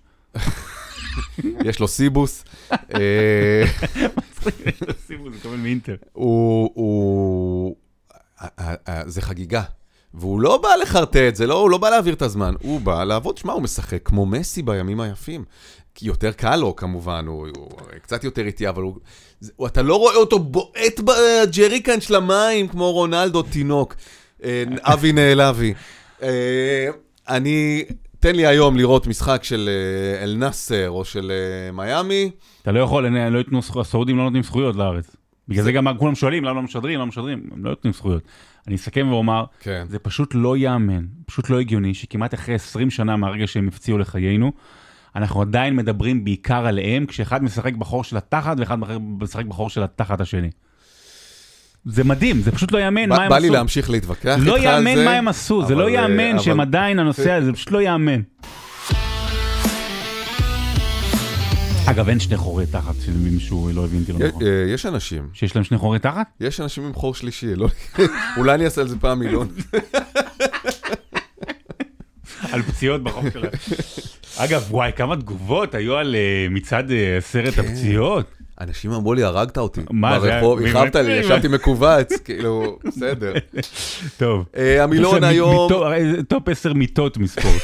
יש לו סיבוס. זה חגיגה. והוא לא בא לחרטט, הוא לא בא להעביר את הזמן. הוא בא לעבוד, שמה, הוא משחק כמו מסי בימים היפים. יותר קל לו כמובן, הוא קצת יותר איטי, אבל אתה לא רואה אותו בועט בג'ריקן של המים כמו רונלדו תינוק. אבי נעלבי. תן לי היום לראות משחק של אל-נאסר או של מיאמי. אתה לא יכול, לא יתנו זכויות, הסעודים לא נותנים זכויות לארץ. בגלל זה גם כולם שואלים, למה לא משדרים, הם לא נותנים זכויות. אני אסכם ואומר, זה פשוט לא יאמן, פשוט לא הגיוני, שכמעט אחרי 20 שנה מהרגע שהם הפציעו לחיינו, אנחנו עדיין מדברים בעיקר עליהם, כשאחד משחק בחור של התחת, ואחד משחק בחור של התחת השני. זה מדהים, זה פשוט לא יאמן מה הם עשו. בא לי להמשיך להתווכח איתך על זה. לא יאמן מה הם עשו, זה לא יאמן שהם עדיין הנושא הזה, זה פשוט לא יאמן. אגב, אין שני חורי תחת, שמישהו לא הבינתי לא נכון. יש אנשים. שיש להם שני חורי תחת? יש אנשים עם חור שלישי, אולי אני אעשה על זה פעם מילון. על פציעות בחור שלהם. אגב, וואי, כמה תגובות היו על מצד סרט הפציעות. אנשים אמרו לי, הרגת אותי. מה זה? ברחוב, החבת לי, ישבתי מקובץ, כאילו, בסדר. טוב. המילון היום... טופ 10 מיטות מספורט.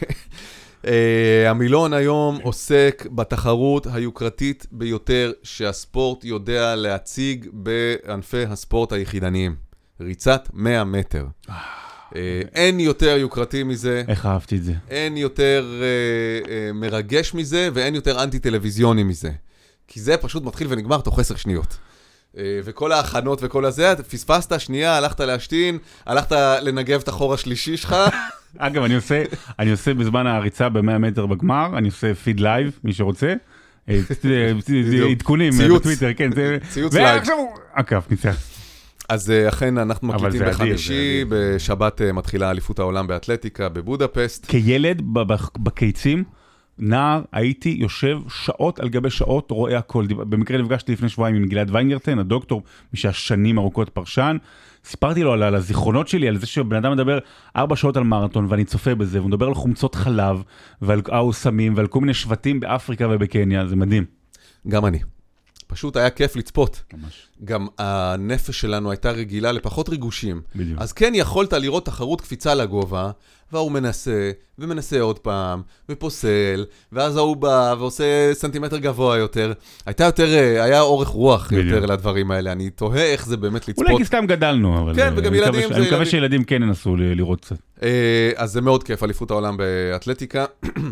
המילון היום עוסק בתחרות היוקרתית ביותר שהספורט יודע להציג בענפי הספורט היחידניים. ריצת 100 מטר. אין יותר יוקרתי מזה. איך אהבתי את זה? אין יותר מרגש מזה, ואין יותר אנטי-טלוויזיוני מזה. כי זה פשוט מתחיל ונגמר תוך 10 שניות. וכל ההכנות וכל הזה, פספסת שנייה, הלכת להשתין, הלכת לנגב את החור השלישי שלך. אגב, אני עושה בזמן הריצה ב-100 מטר בגמר, אני עושה פיד לייב, מי שרוצה. עדכונים בטוויטר, כן. ציוץ לייב. ועכשיו עקב, ניצח. אז אכן אנחנו מקליטים בחמישי, בשבת מתחילה אליפות העולם באתלטיקה בבודפסט. כילד בקיצים, נער, הייתי יושב שעות על גבי שעות, רואה הכל. במקרה נפגשתי לפני שבועיים עם גלעד ויינגרטן, הדוקטור, מי שהשנים ארוכות פרשן. סיפרתי לו על הזיכרונות שלי, על זה שבן אדם מדבר 4 שעות על מרתון, ואני צופה בזה, והוא מדבר על חומצות חלב, ועל סמים, ועל כל מיני שבטים באפריקה ובקניה, זה מדהים. גם אני. פשוט היה כיף לצפות. ממש. גם הנפש שלנו הייתה רגילה לפחות ריגושים. בדיוק. אז כן יכולת לראות תחרות קפיצה לגובה, והוא מנסה, ומנסה עוד פעם, ופוסל, ואז הוא בא ועושה סנטימטר גבוה יותר. היה אורך רוח יותר לדברים האלה. אני תוהה איך זה באמת לצפות. אולי כי סתם גדלנו, אבל... כן, וגם ילדים... אני מקווה שילדים כן ינסו לראות קצת. אז זה מאוד כיף, אליפות העולם באתלטיקה.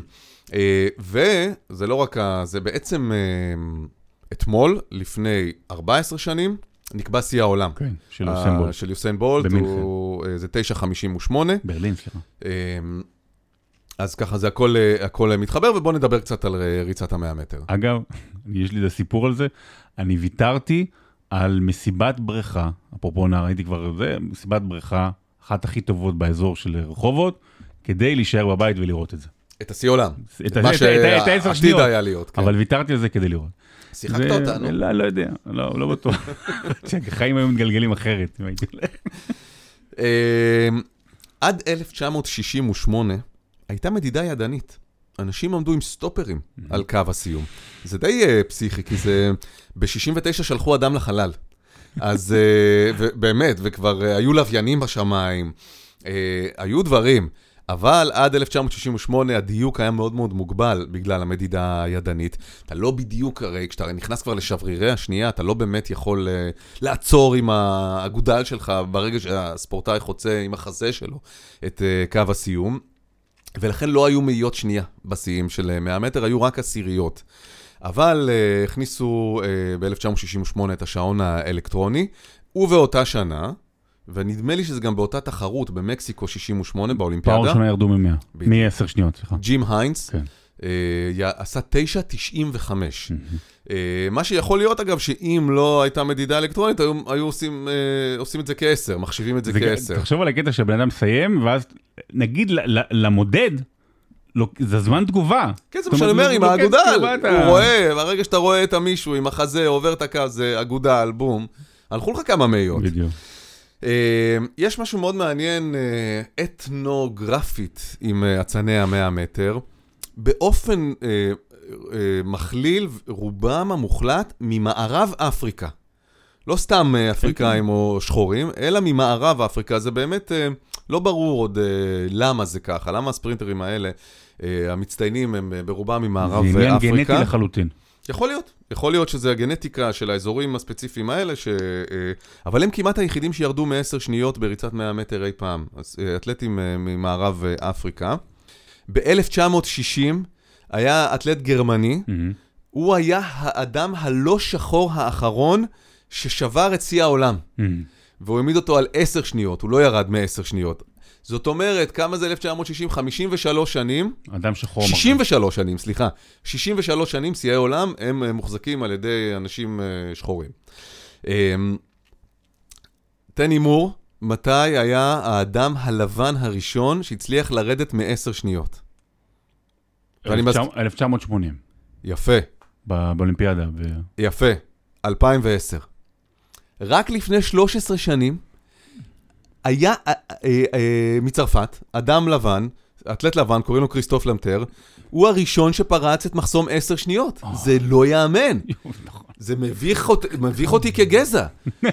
וזה לא רק... זה בעצם... אתמול, לפני 14 שנים, נקבע שיא העולם. כן, של יוסיין בולט. של יוסיין בולט, זה 9:58. ברלין, סליחה. אז ככה זה הכל מתחבר, ובואו נדבר קצת על ריצת 100 מטר. אגב, יש לי סיפור על זה, אני ויתרתי על מסיבת בריכה, אפרופו נער, הייתי כבר זה, מסיבת בריכה, אחת הכי טובות באזור של רחובות, כדי להישאר בבית ולראות את זה. את השיא עולם. מה שעתיד היה להיות. אבל ויתרתי על זה כדי לראות. שיחקת אותנו? לא יודע, לא בטוח. החיים היו מתגלגלים אחרת. עד 1968 הייתה מדידה ידנית. אנשים עמדו עם סטופרים על קו הסיום. זה די פסיכי, כי זה... ב-69 שלחו אדם לחלל. אז באמת, וכבר היו לוויינים בשמיים, היו דברים. אבל עד 1968 הדיוק היה מאוד מאוד מוגבל בגלל המדידה הידנית. אתה לא בדיוק, הרי כשאתה נכנס כבר לשברירי השנייה, אתה לא באמת יכול לעצור עם האגודל שלך ברגע שהספורטאי חוצה עם החזה שלו את קו הסיום. ולכן לא היו מאיות שנייה בשיאים של 100 מטר, היו רק עשיריות. אבל הכניסו ב-1968 את השעון האלקטרוני, ובאותה שנה, ונדמה לי שזה גם באותה תחרות במקסיקו 68 באולימפיאדה. פעם ראשונה ירדו מ-100, מ-10 שניות, סליחה. ג'ים היינס עשה 9:95. מה שיכול להיות אגב, שאם לא הייתה מדידה אלקטרונית, היו עושים את זה כ-10, מחשיבים את זה כ-10. תחשוב על הקטע שהבן אדם מסיים, ואז נגיד למודד, זה זמן תגובה. כן, זה משנה אומר, עם האגודל, הוא רואה, ברגע שאתה רואה את המישהו עם החזה, עובר את הקו, זה אגודל, בום, הלכו לך כמה מאיות. בדיוק. יש משהו מאוד מעניין, אתנוגרפית עם עצני 100 מטר, באופן מכליל רובם המוחלט ממערב אפריקה. לא סתם אפריקאים או שחורים, אלא ממערב אפריקה. זה באמת לא ברור עוד למה זה ככה, למה הספרינטרים האלה, המצטיינים הם ברובם ממערב אפריקה. זה עניין גנטי לחלוטין. יכול להיות שזה הגנטיקה של האזורים הספציפיים האלה, אבל הם כמעט היחידים שירדו מ10 שניות בריצת 100 מטר אי פעם, אתלטים ממערב אפריקה. ב-1960 היה אתלט גרמני, הוא היה האדם הלא שחור האחרון ששבר את שיא העולם. והוא העמיד אותו על 10 שניות, הוא לא ירד מ-10 שניות. זאת אומרת, כמה זה 1960? 53 שנים. אדם שחור. 63 שנים, סליחה. 63 שנים, שיאי עולם, הם מוחזקים על ידי אנשים שחורים. תן הימור, מתי היה האדם הלבן הראשון שהצליח לרדת מ-10 שניות? 1980. יפה. באולימפיאדה. יפה. 2010. רק לפני 13 שנים, היה מצרפת, אדם לבן, אתלט לבן, קוראים לו כריסטוף למטר, הוא הראשון שפרץ את מחסום 10 שניות. זה לא יאמן. זה מביך אותי כגזע.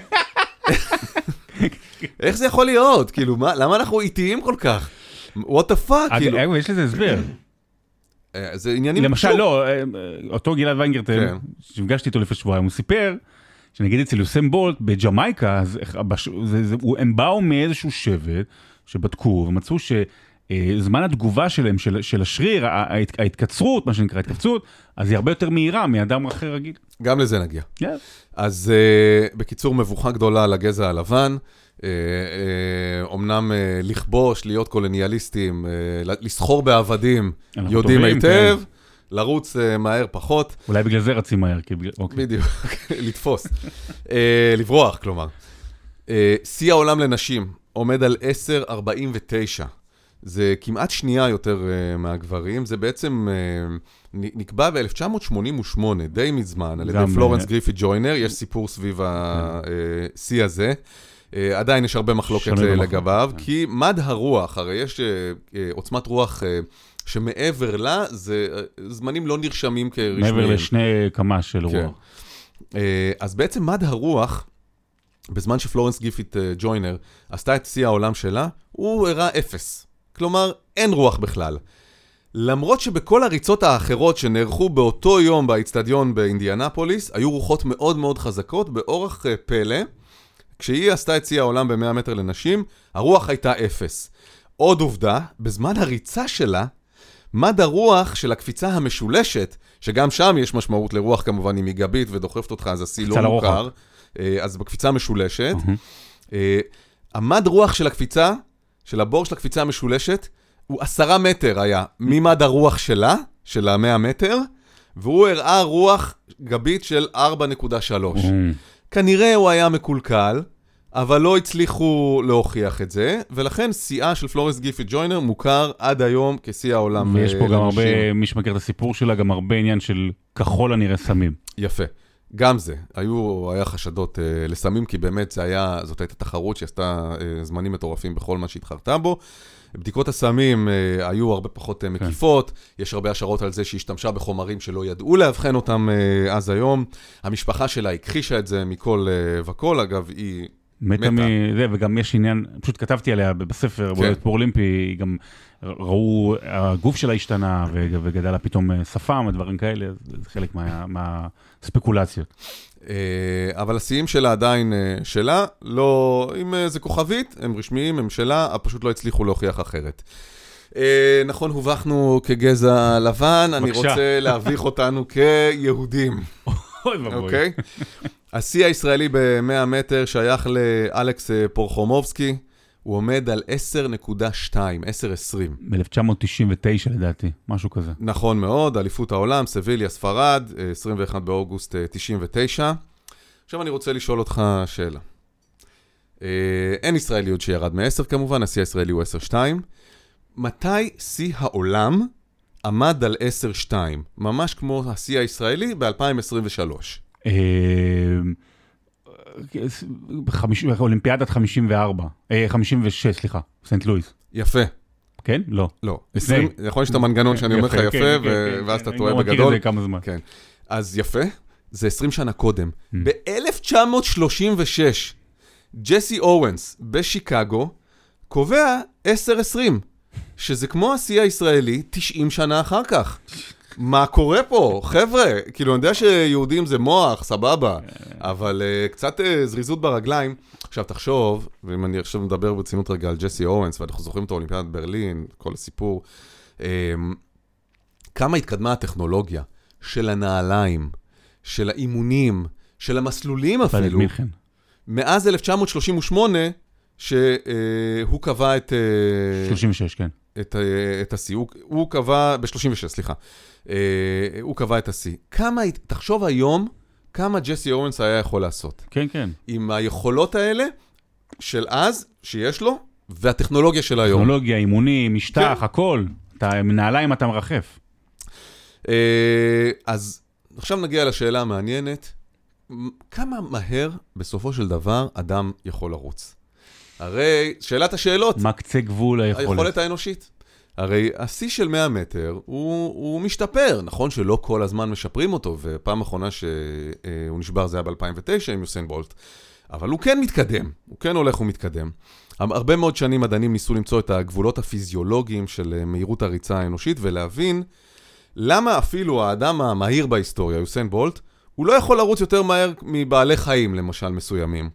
איך זה יכול להיות? כאילו, למה אנחנו איטיים כל כך? What the fuck? יש לזה הסבר. זה עניינים... למשל, לא, אותו גלעד ויינגרטל, שהפגשתי איתו לפני שבועיים, הוא סיפר, שנגיד אצל יוסם בולט בג'מייקה, הם באו מאיזשהו שבט שבדקו ומצאו שזמן התגובה שלהם, של השריר, ההתקצרות, מה שנקרא התקצרות, אז היא הרבה יותר מהירה מאדם אחר רגיל. גם לזה נגיע. אז בקיצור, מבוכה גדולה לגזע הלבן, אמנם לכבוש, להיות קולוניאליסטים, לסחור בעבדים, יודעים היטב, לרוץ מהר פחות. אולי בגלל זה רצים מהר. בדיוק, לתפוס. לברוח, כלומר. שיא העולם לנשים עומד על 10.49. זה כמעט שנייה יותר מהגברים. זה בעצם נקבע ב-1988, די מזמן, על ידי פלורנס גריפית ג'וינר. יש סיפור סביב השיא הזה. עדיין יש הרבה מחלוקת לגביו, כי מד הרוח, הרי יש עוצמת רוח שמעבר לה, זה זמנים לא נרשמים כרשמיים. מעבר לשני כמה של רוח. אז בעצם מד הרוח, בזמן שפלורנס גריפית ג'וינר עשתה את שיא העולם שלה, הוא הראה 0. כלומר, אין רוח בכלל. למרות שבכל הריצות האחרות שנערכו באותו יום באצטדיון באינדיאנפוליס, היו רוחות מאוד מאוד חזקות, באורח פלא, כשהיא עשתה את שיא העולם ב-100 מטר לנשים, הרוח הייתה 0. עוד עובדה, בזמן הריצה שלה, מד הרוח של הקפיצה המשולשת, שגם שם יש משמעות לרוח כמובן, אם היא גבית ודוחפת אותך, אז השיא לא מוכר, אז בקפיצה המשולשת, המד רוח של הקפיצה, של הבור של הקפיצה המשולשת, הוא 10 מטר היה ממד הרוח שלה, של ה-100 מטר, והוא הראה רוח גבית של 4.3. כנראה הוא היה מקולקל, אבל לא הצליחו להוכיח את זה, ולכן שיאה של פלורנס גריפית ג'וינר מוכר עד היום כשיא העולם. ויש פה גם הרבה, מי שמכיר את הסיפור שלה, גם הרבה עניין של כחול הנראה סמים. יפה. גם זה. היה חשדות לסמים, כי באמת זאת הייתה תחרות שעשתה זמנים מטורפים בכל מה שהתחרתה בו. בדיקות הסמים היו הרבה פחות מקיפות, יש הרבה השערות על זה שהשתמשה בחומרים שלא ידעו להבחן אותם אז היום. המשפחה שלה הכחישה את זה מכל וכל, אגב, היא מתה. וגם יש עניין, פשוט כתבתי עליה בספר, באולימפי אולימפי, גם ראו, הגוף שלה השתנה, וגדל לה פתאום שפם, ודברים כאלה, זה חלק מהספקולציות. אבל השיאים שלה עדיין שלה, לא, אם זה כוכבית, הם רשמיים, הם שלה, פשוט לא הצליחו להוכיח אחרת. נכון, הובכנו כגזע לבן, אני רוצה להביך אותנו כיהודים. אוקיי? השיא הישראלי ב-100 מטר שייך לאלכס פורחומובסקי, הוא עומד על 10.2, 10.20. ב-1999 לדעתי, משהו כזה. נכון מאוד, אליפות העולם, סביליה, ספרד, 21 באוגוסט 99. עכשיו אני רוצה לשאול אותך שאלה. אין ישראלי עוד שירד מ-10 כמובן, השיא הישראלי הוא 10.2. מתי שיא העולם עמד על 10.2? ממש כמו השיא הישראלי ב-2023. אולימפיאדת 56, סליחה, סנט לואיס. יפה. כן? לא. לא. יכול להיות שאתה מנגנון שאני אומר לך יפה, ואז אתה טועה בגדול. אני מכיר את זה כמה זמן. כן. אז יפה, זה 20 שנה קודם. ב-1936, ג'סי אורנס בשיקגו קובע 10.20, שזה כמו השיא הישראלי 90 שנה אחר כך. מה קורה פה? חבר'ה, כאילו אני יודע שיהודים זה מוח, סבבה, אבל קצת זריזות ברגליים. עכשיו תחשוב, ואם אני עכשיו מדבר ברצינות רגע על ג'סי אורנס, ואנחנו זוכרים את האולימפיאדת ברלין, כל הסיפור, כמה התקדמה הטכנולוגיה של הנעליים, של האימונים, של המסלולים אפילו. מאז 1938, שהוא קבע את... 36, כן. את השיא. הוא קבע... ב-36, סליחה. הוא קבע את השיא. תחשוב היום, כמה ג'סי אורנס היה יכול לעשות. כן, כן. עם היכולות האלה של אז, שיש לו, והטכנולוגיה של היום. טכנולוגיה, אימונים, משטח, כן. הכל. אתה מנעליים, אתה מרחף. אז עכשיו נגיע לשאלה המעניינת. כמה מהר בסופו של דבר אדם יכול לרוץ? הרי שאלת השאלות. מה קצה גבול היכולת? היכולת האנושית. הרי השיא של 100 מטר הוא משתפר. נכון שלא כל הזמן משפרים אותו, ופעם האחרונה שהוא נשבר זה היה ב-2009 עם יוסיין בולט. אבל הוא כן מתקדם, הוא כן הולך ומתקדם. הרבה מאוד שנים מדענים ניסו למצוא את הגבולות הפיזיולוגיים של מהירות הריצה האנושית, ולהבין למה אפילו האדם המהיר בהיסטוריה, יוסיין בולט, הוא לא יכול לרוץ יותר מהר מבעלי חיים, למשל, מסוימים.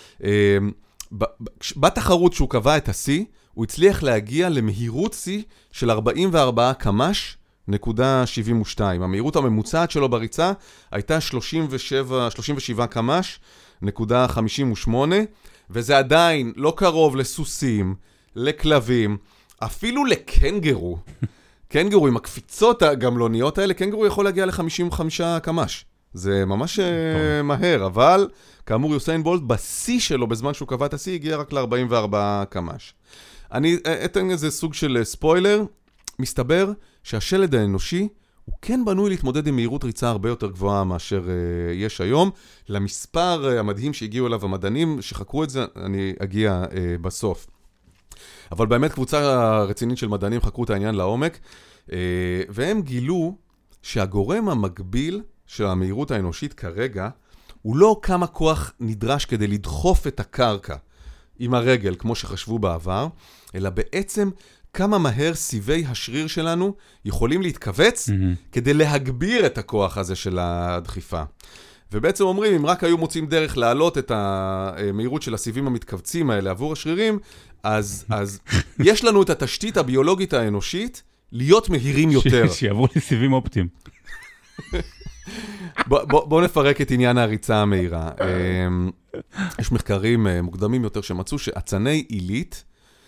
בתחרות שהוא קבע את השיא, הוא הצליח להגיע למהירות שיא של 44 קמ"ש, .72. המהירות הממוצעת שלו בריצה הייתה 37 קמ"ש, .58, וזה עדיין לא קרוב לסוסים, לכלבים, אפילו לקנגרו. קנגרו עם הקפיצות הגמלוניות האלה, קנגרו יכול להגיע ל-55 קמ"ש. זה ממש מהר, אבל כאמור יוסיין בולט בשיא שלו, בזמן שהוא קבע את השיא, הגיע רק ל-44 קמ"ש. אני אתן איזה סוג של ספוילר. מסתבר שהשלד האנושי הוא כן בנוי להתמודד עם מהירות ריצה הרבה יותר גבוהה מאשר יש היום. למספר המדהים שהגיעו אליו המדענים שחקרו את זה, אני אגיע בסוף. אבל באמת קבוצה רצינית של מדענים חקרו את העניין לעומק, והם גילו שהגורם המקביל של המהירות האנושית כרגע, הוא לא כמה כוח נדרש כדי לדחוף את הקרקע עם הרגל, כמו שחשבו בעבר, אלא בעצם כמה מהר סיבי השריר שלנו יכולים להתכווץ כדי להגביר את הכוח הזה של הדחיפה. ובעצם אומרים, אם רק היו מוצאים דרך להעלות את המהירות של הסיבים המתכווצים האלה עבור השרירים, אז יש לנו את התשתית הביולוגית האנושית להיות מהירים יותר. שיעברו לסיבים אופטיים. בואו נפרק את עניין הריצה המהירה. יש מחקרים מוקדמים יותר שמצאו שעצני עילית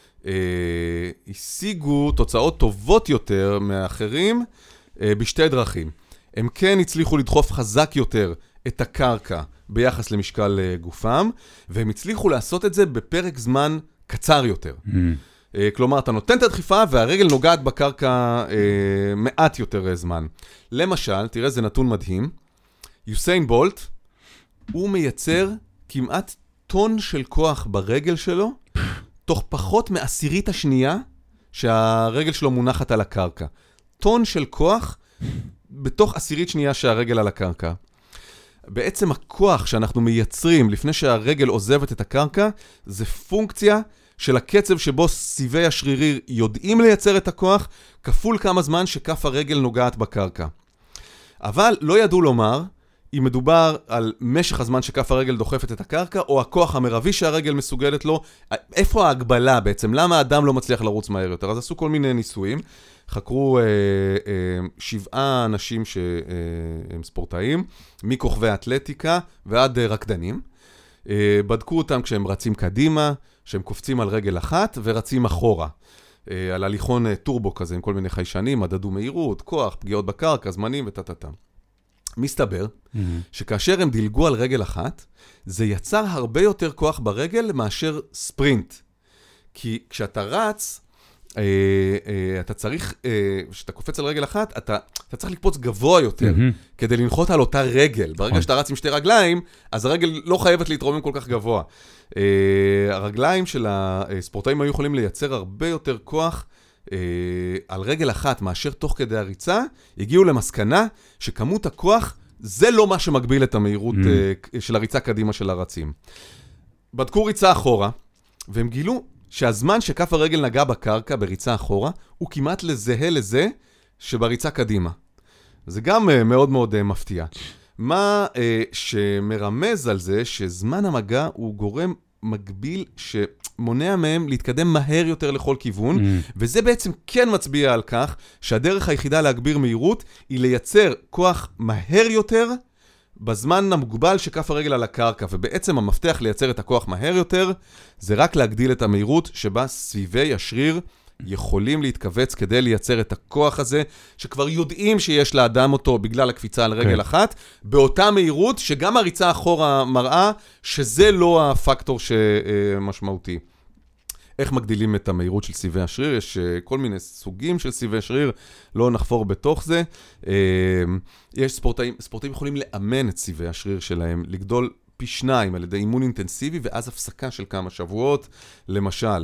השיגו תוצאות טובות יותר מאחרים בשתי דרכים. הם כן הצליחו לדחוף חזק יותר את הקרקע ביחס למשקל גופם, והם הצליחו לעשות את זה בפרק זמן קצר יותר. כלומר, אתה נותן את הדחיפה והרגל נוגעת בקרקע מעט יותר זמן. למשל, תראה, זה נתון מדהים, יוסיין בולט, הוא מייצר כמעט טון של כוח ברגל שלו, תוך פחות מעשירית השנייה שהרגל שלו מונחת על הקרקע. טון של כוח בתוך עשירית שנייה שהרגל על הקרקע. בעצם הכוח שאנחנו מייצרים לפני שהרגל עוזבת את הקרקע, זה פונקציה של הקצב שבו סיבי השרירים יודעים לייצר את הכוח, כפול כמה זמן שכף הרגל נוגעת בקרקע. אבל לא ידעו לומר אם מדובר על משך הזמן שכף הרגל דוחפת את הקרקע, או הכוח המרבי שהרגל מסוגלת לו, איפה ההגבלה בעצם? למה האדם לא מצליח לרוץ מהר יותר? אז עשו כל מיני ניסויים, חקרו 7 אנשים שהם ספורטאים, מכוכבי אתלטיקה ועד רקדנים, בדקו אותם כשהם רצים קדימה, שהם קופצים על רגל אחת ורצים אחורה, על הליכון טורבו כזה עם כל מיני חיישנים, מדדו מהירות, כוח, פגיעות בקרקע, זמנים וטטטה. מסתבר שכאשר הם דילגו על רגל אחת, זה יצר הרבה יותר כוח ברגל מאשר ספרינט. כי כשאתה רץ, אתה צריך, כשאתה קופץ על רגל אחת, אתה צריך לקפוץ גבוה יותר, כדי לנחות על אותה רגל. ברגע שאתה רץ עם 2 רגליים, אז הרגל לא חייבת להתרומם כל כך גבוה. הרגליים של הספורטאים היו יכולים לייצר הרבה יותר כוח על רגל אחת מאשר תוך כדי הריצה, הגיעו למסקנה שכמות הכוח זה לא מה שמגביל את המהירות של הריצה קדימה של הרצים. בדקו ריצה אחורה, והם גילו שהזמן שכף הרגל נגע בקרקע בריצה אחורה, הוא כמעט לזהה לזה שבריצה קדימה. זה גם מאוד מאוד מפתיע. מה שמרמז על זה שזמן המגע הוא גורם מגביל מונע מהם להתקדם מהר יותר לכל כיוון, וזה בעצם כן מצביע על כך שהדרך היחידה להגביר מהירות היא לייצר כוח מהר יותר בזמן המוגבל שכף הרגל על הקרקע, ובעצם המפתח לייצר את הכוח מהר יותר זה רק להגדיל את המהירות שבה סביבי השריר יכולים להתכווץ כדי לייצר את הכוח הזה, שכבר יודעים שיש לאדם אותו בגלל הקפיצה על רגל אחת, באותה מהירות שגם הריצה אחורה מראה שזה לא הפקטור שמשמעותי. איך מגדילים את המהירות של סיבי השריר? יש כל מיני סוגים של סיבי שריר, לא נחפור בתוך זה. יש ספורטאים יכולים לאמן את סיבי השריר שלהם, לגדול פי 2 על ידי אימון אינטנסיבי, ואז הפסקה של כמה שבועות, למשל.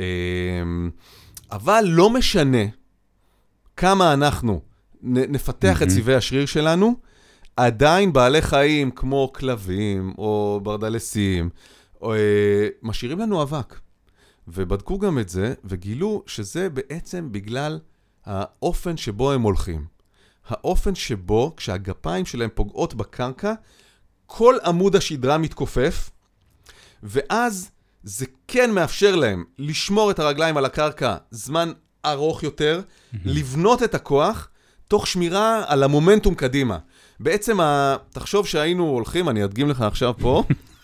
אבל לא משנה כמה אנחנו נפתח את סיבי השריר שלנו, עדיין בעלי חיים כמו כלבים או ברדלסים, משאירים לנו אבק. ובדקו גם את זה, וגילו שזה בעצם בגלל האופן שבו הם הולכים. האופן שבו, כשהגפיים שלהם פוגעות בקרקע, כל עמוד השדרה מתכופף, ואז זה כן מאפשר להם לשמור את הרגליים על הקרקע זמן ארוך יותר, לבנות את הכוח, תוך שמירה על המומנטום קדימה. בעצם, תחשוב שהיינו הולכים, אני אדגים לך עכשיו פה,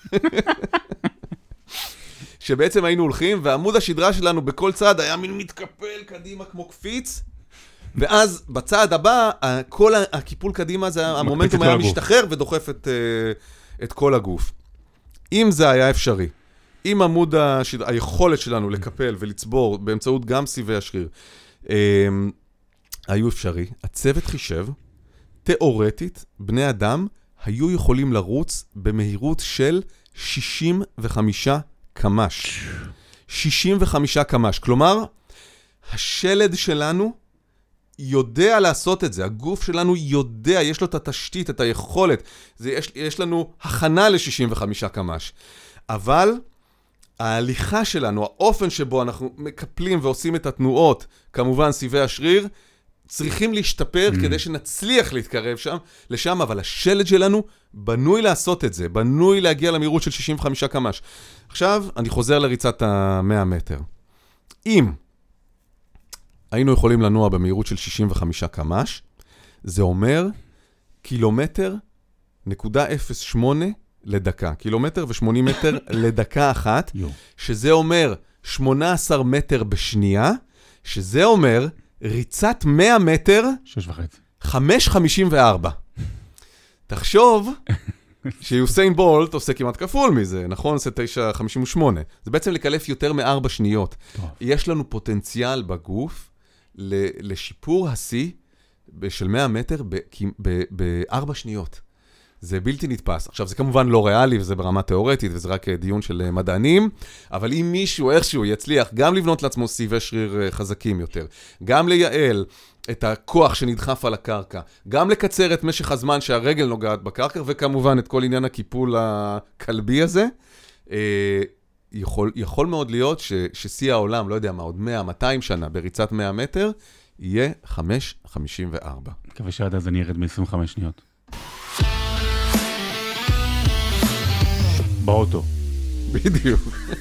שבעצם היינו הולכים, ועמוד השדרה שלנו בכל צעד היה מין מתקפל קדימה כמו קפיץ, ואז בצעד הבא, כל הקיפול קדימה, המומנטום היה משתחרר ודוחף את כל הגוף. אם זה היה אפשרי, אם עמוד היכולת שלנו לקפל ולצבור באמצעות גם סיבי השריר, היו אפשרי, הצוות חישב, תיאורטית, בני אדם היו יכולים לרוץ במהירות של 65 קמ"ש. 65 קמ"ש. כלומר, השלד שלנו יודע לעשות את זה. הגוף שלנו יודע, יש לו את התשתית, את היכולת. יש לנו הכנה ל-65 קמ"ש. אבל ההליכה שלנו, האופן שבו אנחנו מקפלים ועושים את התנועות, כמובן סיבי השריר, צריכים להשתפר כדי שנצליח להתקרב לשם, אבל השלד שלנו בנוי לעשות את זה, בנוי להגיע למהירות של 65 קמ"ש. עכשיו, אני חוזר לריצת ה-100 מטר. אם היינו יכולים לנוע במהירות של 65 קמ"ש, זה אומר קילומטר נקודה 0.8 לדקה. קילומטר ו-80 מטר לדקה אחת, שזה אומר 18 מטר בשנייה, שזה אומר ריצת 100 מטר, 5.54. תחשוב שיוסיין בולט עושה כמעט כפול מזה, נכון? עושה 9.58. זה בעצם לקלף יותר מ4 שניות. יש לנו פוטנציאל בגוף לשיפור השיא של 100 מטר ב4 שניות. זה בלתי נתפס. עכשיו, זה כמובן לא ריאלי, וזה ברמה תיאורטית, וזה רק דיון של מדענים, אבל אם מישהו איכשהו יצליח גם לבנות לעצמו סיבי שריר חזקים יותר, גם לייעל את הכוח שנדחף על הקרקע, גם לקצר את משך הזמן שהרגל נוגעת בקרקע, וכמובן את כל עניין הקיפול הכלבי הזה, יכול מאוד להיות ששיא העולם, לא יודע מה, עוד 100-200 שנה בריצת 100 מטר, יהיה 5.54. מקווה שעד אז אני ארד מ-25 שניות. באוטו. בדיוק.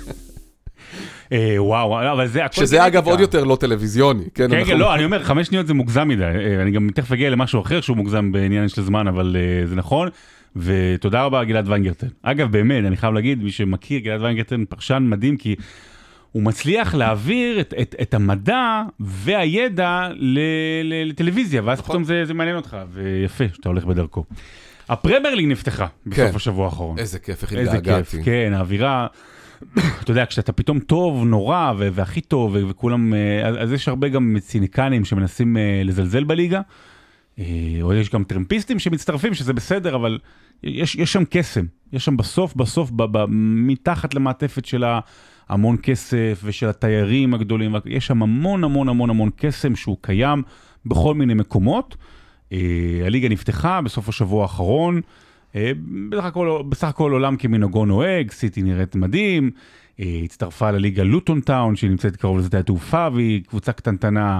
וואו, אבל זה הכל... שזה אגב עוד יותר לא טלוויזיוני. כן, לא, אני אומר, 5 שניות זה מוגזם מדי. אני גם תכף אגיע למשהו אחר שהוא מוגזם בעניין של זמן, אבל זה נכון. ותודה רבה גלעד ויינגרטן. אגב, באמת, אני חייב להגיד, מי שמכיר, גלעד ויינגרטן פרשן מדהים, כי הוא מצליח להעביר את המדע והידע לטלוויזיה, ואז פתאום זה מעניין אותך, ויפה שאתה הולך בדרכו. הפרמייר ליג נפתחה בסוף השבוע האחרון. איזה כיף, איך התגעגעתי. כן, האווירה, אתה יודע, כשאתה פתאום טוב, נורא, והכי טוב, וכולם, אז יש הרבה גם ציניקנים שמנסים לזלזל בליגה, או יש גם טרמפיסטים שמצטרפים, שזה בסדר, אבל יש שם קסם, יש שם בסוף, מתחת למעטפת של המון כסף, ושל התיירים הגדולים, יש שם המון קסם שהוא קיים בכל מיני מקומות. הליגה נפתחה בסוף השבוע האחרון, בסך הכל עולם כמנהגו נוהג, סיטי נראית מדהים, הצטרפה לליגה לוטון טאון, שהיא נמצאת קרוב לשדה התעופה, והיא קבוצה קטנטנה,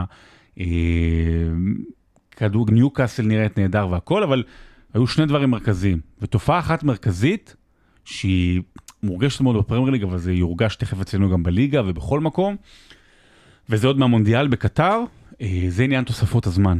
ניוקאסל נראית נהדר והכל, אבל היו שני דברים מרכזיים, ותופעה אחת מרכזית, שהיא מורגשת מאוד בפרמייר ליג, אבל זה יורגש תכף אצלנו גם בליגה ובכל מקום, וזה עוד מהמונדיאל בקטר, זה עניין תוספות הזמן.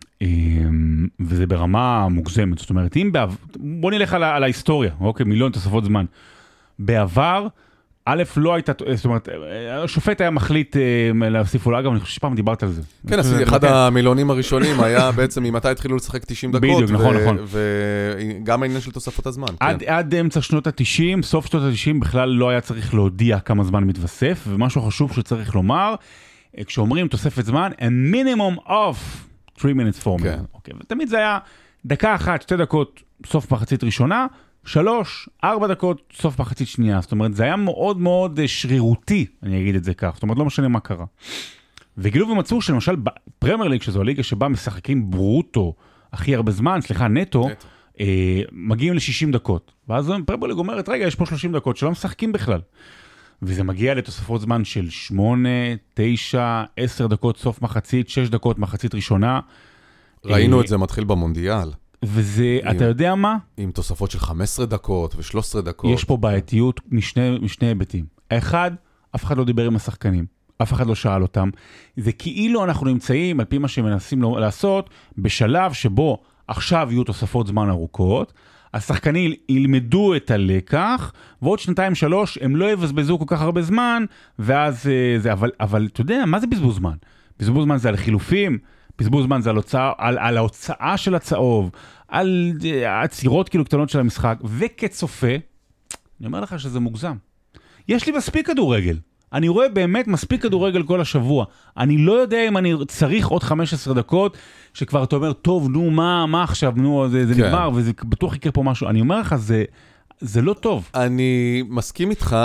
וזה ברמה מוגזמת, זאת אומרת, בוא נלך על ההיסטוריה, אוקיי, מיליון תוספות זמן. בעבר, א', לא הייתה, זאת אומרת, השופט היה מחליט להוסיף אולי, אגב, אני חושב שפעם דיברת על זה. כן, אחד המיליונים הראשונים היה בעצם ממתי התחילו לשחק 90 דקות, בדיוק, נכון. וגם העניין של תוספות הזמן. עד אמצע שנות ה-90, סוף שנות ה-90, בכלל לא היה צריך להודיע כמה זמן מתווסף, ומשהו חשוב שצריך לומר, כשאומרים תוספת זמן, a minimum of 3 minutes formula. אוקיי, ותמיד זה היה דקה אחת, 2 דקות, סוף מחצית ראשונה, 3, 4 דקות, סוף מחצית שנייה. זאת אומרת, זה היה מאוד מאוד שרירותי, אני אגיד את זה כך. זאת אומרת, לא משנה מה קרה. וגילו ומצאו שלמשל בפרמייר ליג, שזו הליגה שבה משחקים ברוטו הכי הרבה זמן, נטו, מגיעים ל-60 דקות. ואז פרמייר ליג אומרת, רגע, יש פה 30 דקות שלא משחקים בכלל. וזה מגיע לתוספות זמן של 8, 9, 10 דקות, סוף מחצית, 6 דקות, מחצית ראשונה. ראינו את זה מתחיל במונדיאל. וזה, אתה יודע מה? עם תוספות של 15 דקות ו13 דקות. יש פה בעייתיות משני היבטים. האחד, אף אחד לא דיבר עם השחקנים. אף אחד לא שאל אותם. זה כאילו אנחנו נמצאים, על פי מה שמנסים לעשות, בשלב שבו עכשיו יהיו תוספות זמן ארוכות, השחקנים ילמדו את הלקח, ועוד 2-3 הם לא יבזבזו כל כך הרבה זמן, ואז זה, אבל אתה יודע, מה זה בזבוז זמן? בזבוז זמן זה על חילופים, בזבוז זמן זה על ההוצאה של הצהוב, על העצירות כאילו קטנות של המשחק, וכצופה, אני אומר לך שזה מוגזם. יש לי מספיק כדורגל. אני רואה באמת מספיק כדורגל כל השבוע. אני לא יודע אם אני צריך עוד 15 דקות, שכבר אתה אומר, טוב, נו, מה עכשיו? נו, זה נגמר, וזה בטוח יקרה פה משהו. אני אומר לך, זה לא טוב. אני מסכים איתך,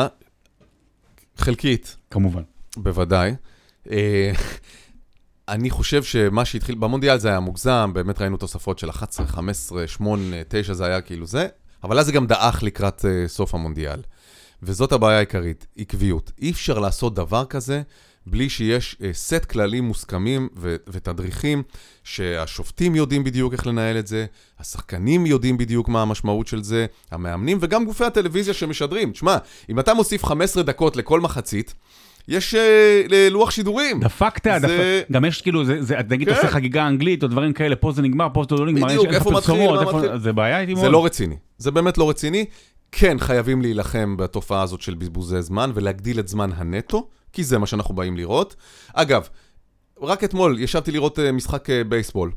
חלקית. כמובן. בוודאי. אני חושב שמה שהתחיל, במונדיאל זה היה מוגזם, באמת ראינו תוספות של 11, 15, 8, 9, זה היה כאילו זה, אבל אז זה גם דאח לקראת סוף המונדיאל. וזאת הבעיה העיקרית, עקביות. אי אפשר לעשות דבר כזה בלי שיש סט כללים מוסכמים ותדריכים שהשופטים יודעים בדיוק איך לנהל את זה, השחקנים יודעים בדיוק מה המשמעות של זה, המאמנים וגם גופי הטלוויזיה שמשדרים. תשמע, אם אתה מוסיף 15 דקות לכל מחצית, יש לוח שידורים. דפקת, גם יש כאילו, נגיד עושה חגיגה אנגלית או דברים כאלה, פה זה נגמר, פה זה לא נגמר. בדיוק, איפה מתחיל, מה מתחיל. זה בעיה איתי מאוד. זה לא רציני, זה באמת לא רציני. כן, חייבים להילחם בתופעה הזאת של בזבוזי זמן, ולהגדיל את זמן הנטו, כי זה מה שאנחנו באים לראות. אגב, רק אתמול ישבתי לראות משחק בייסבול,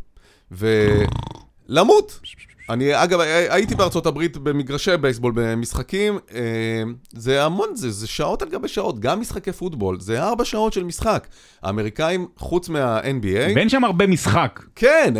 ולמות. אגב, הייתי בארצות הברית במגרשי בייסבול במשחקים, זה המון, זה שעות על גבי שעות, גם משחקי פוטבול, זה 4 שעות של משחק. האמריקאים, חוץ מה-NBA... ואין שם הרבה משחק. כן,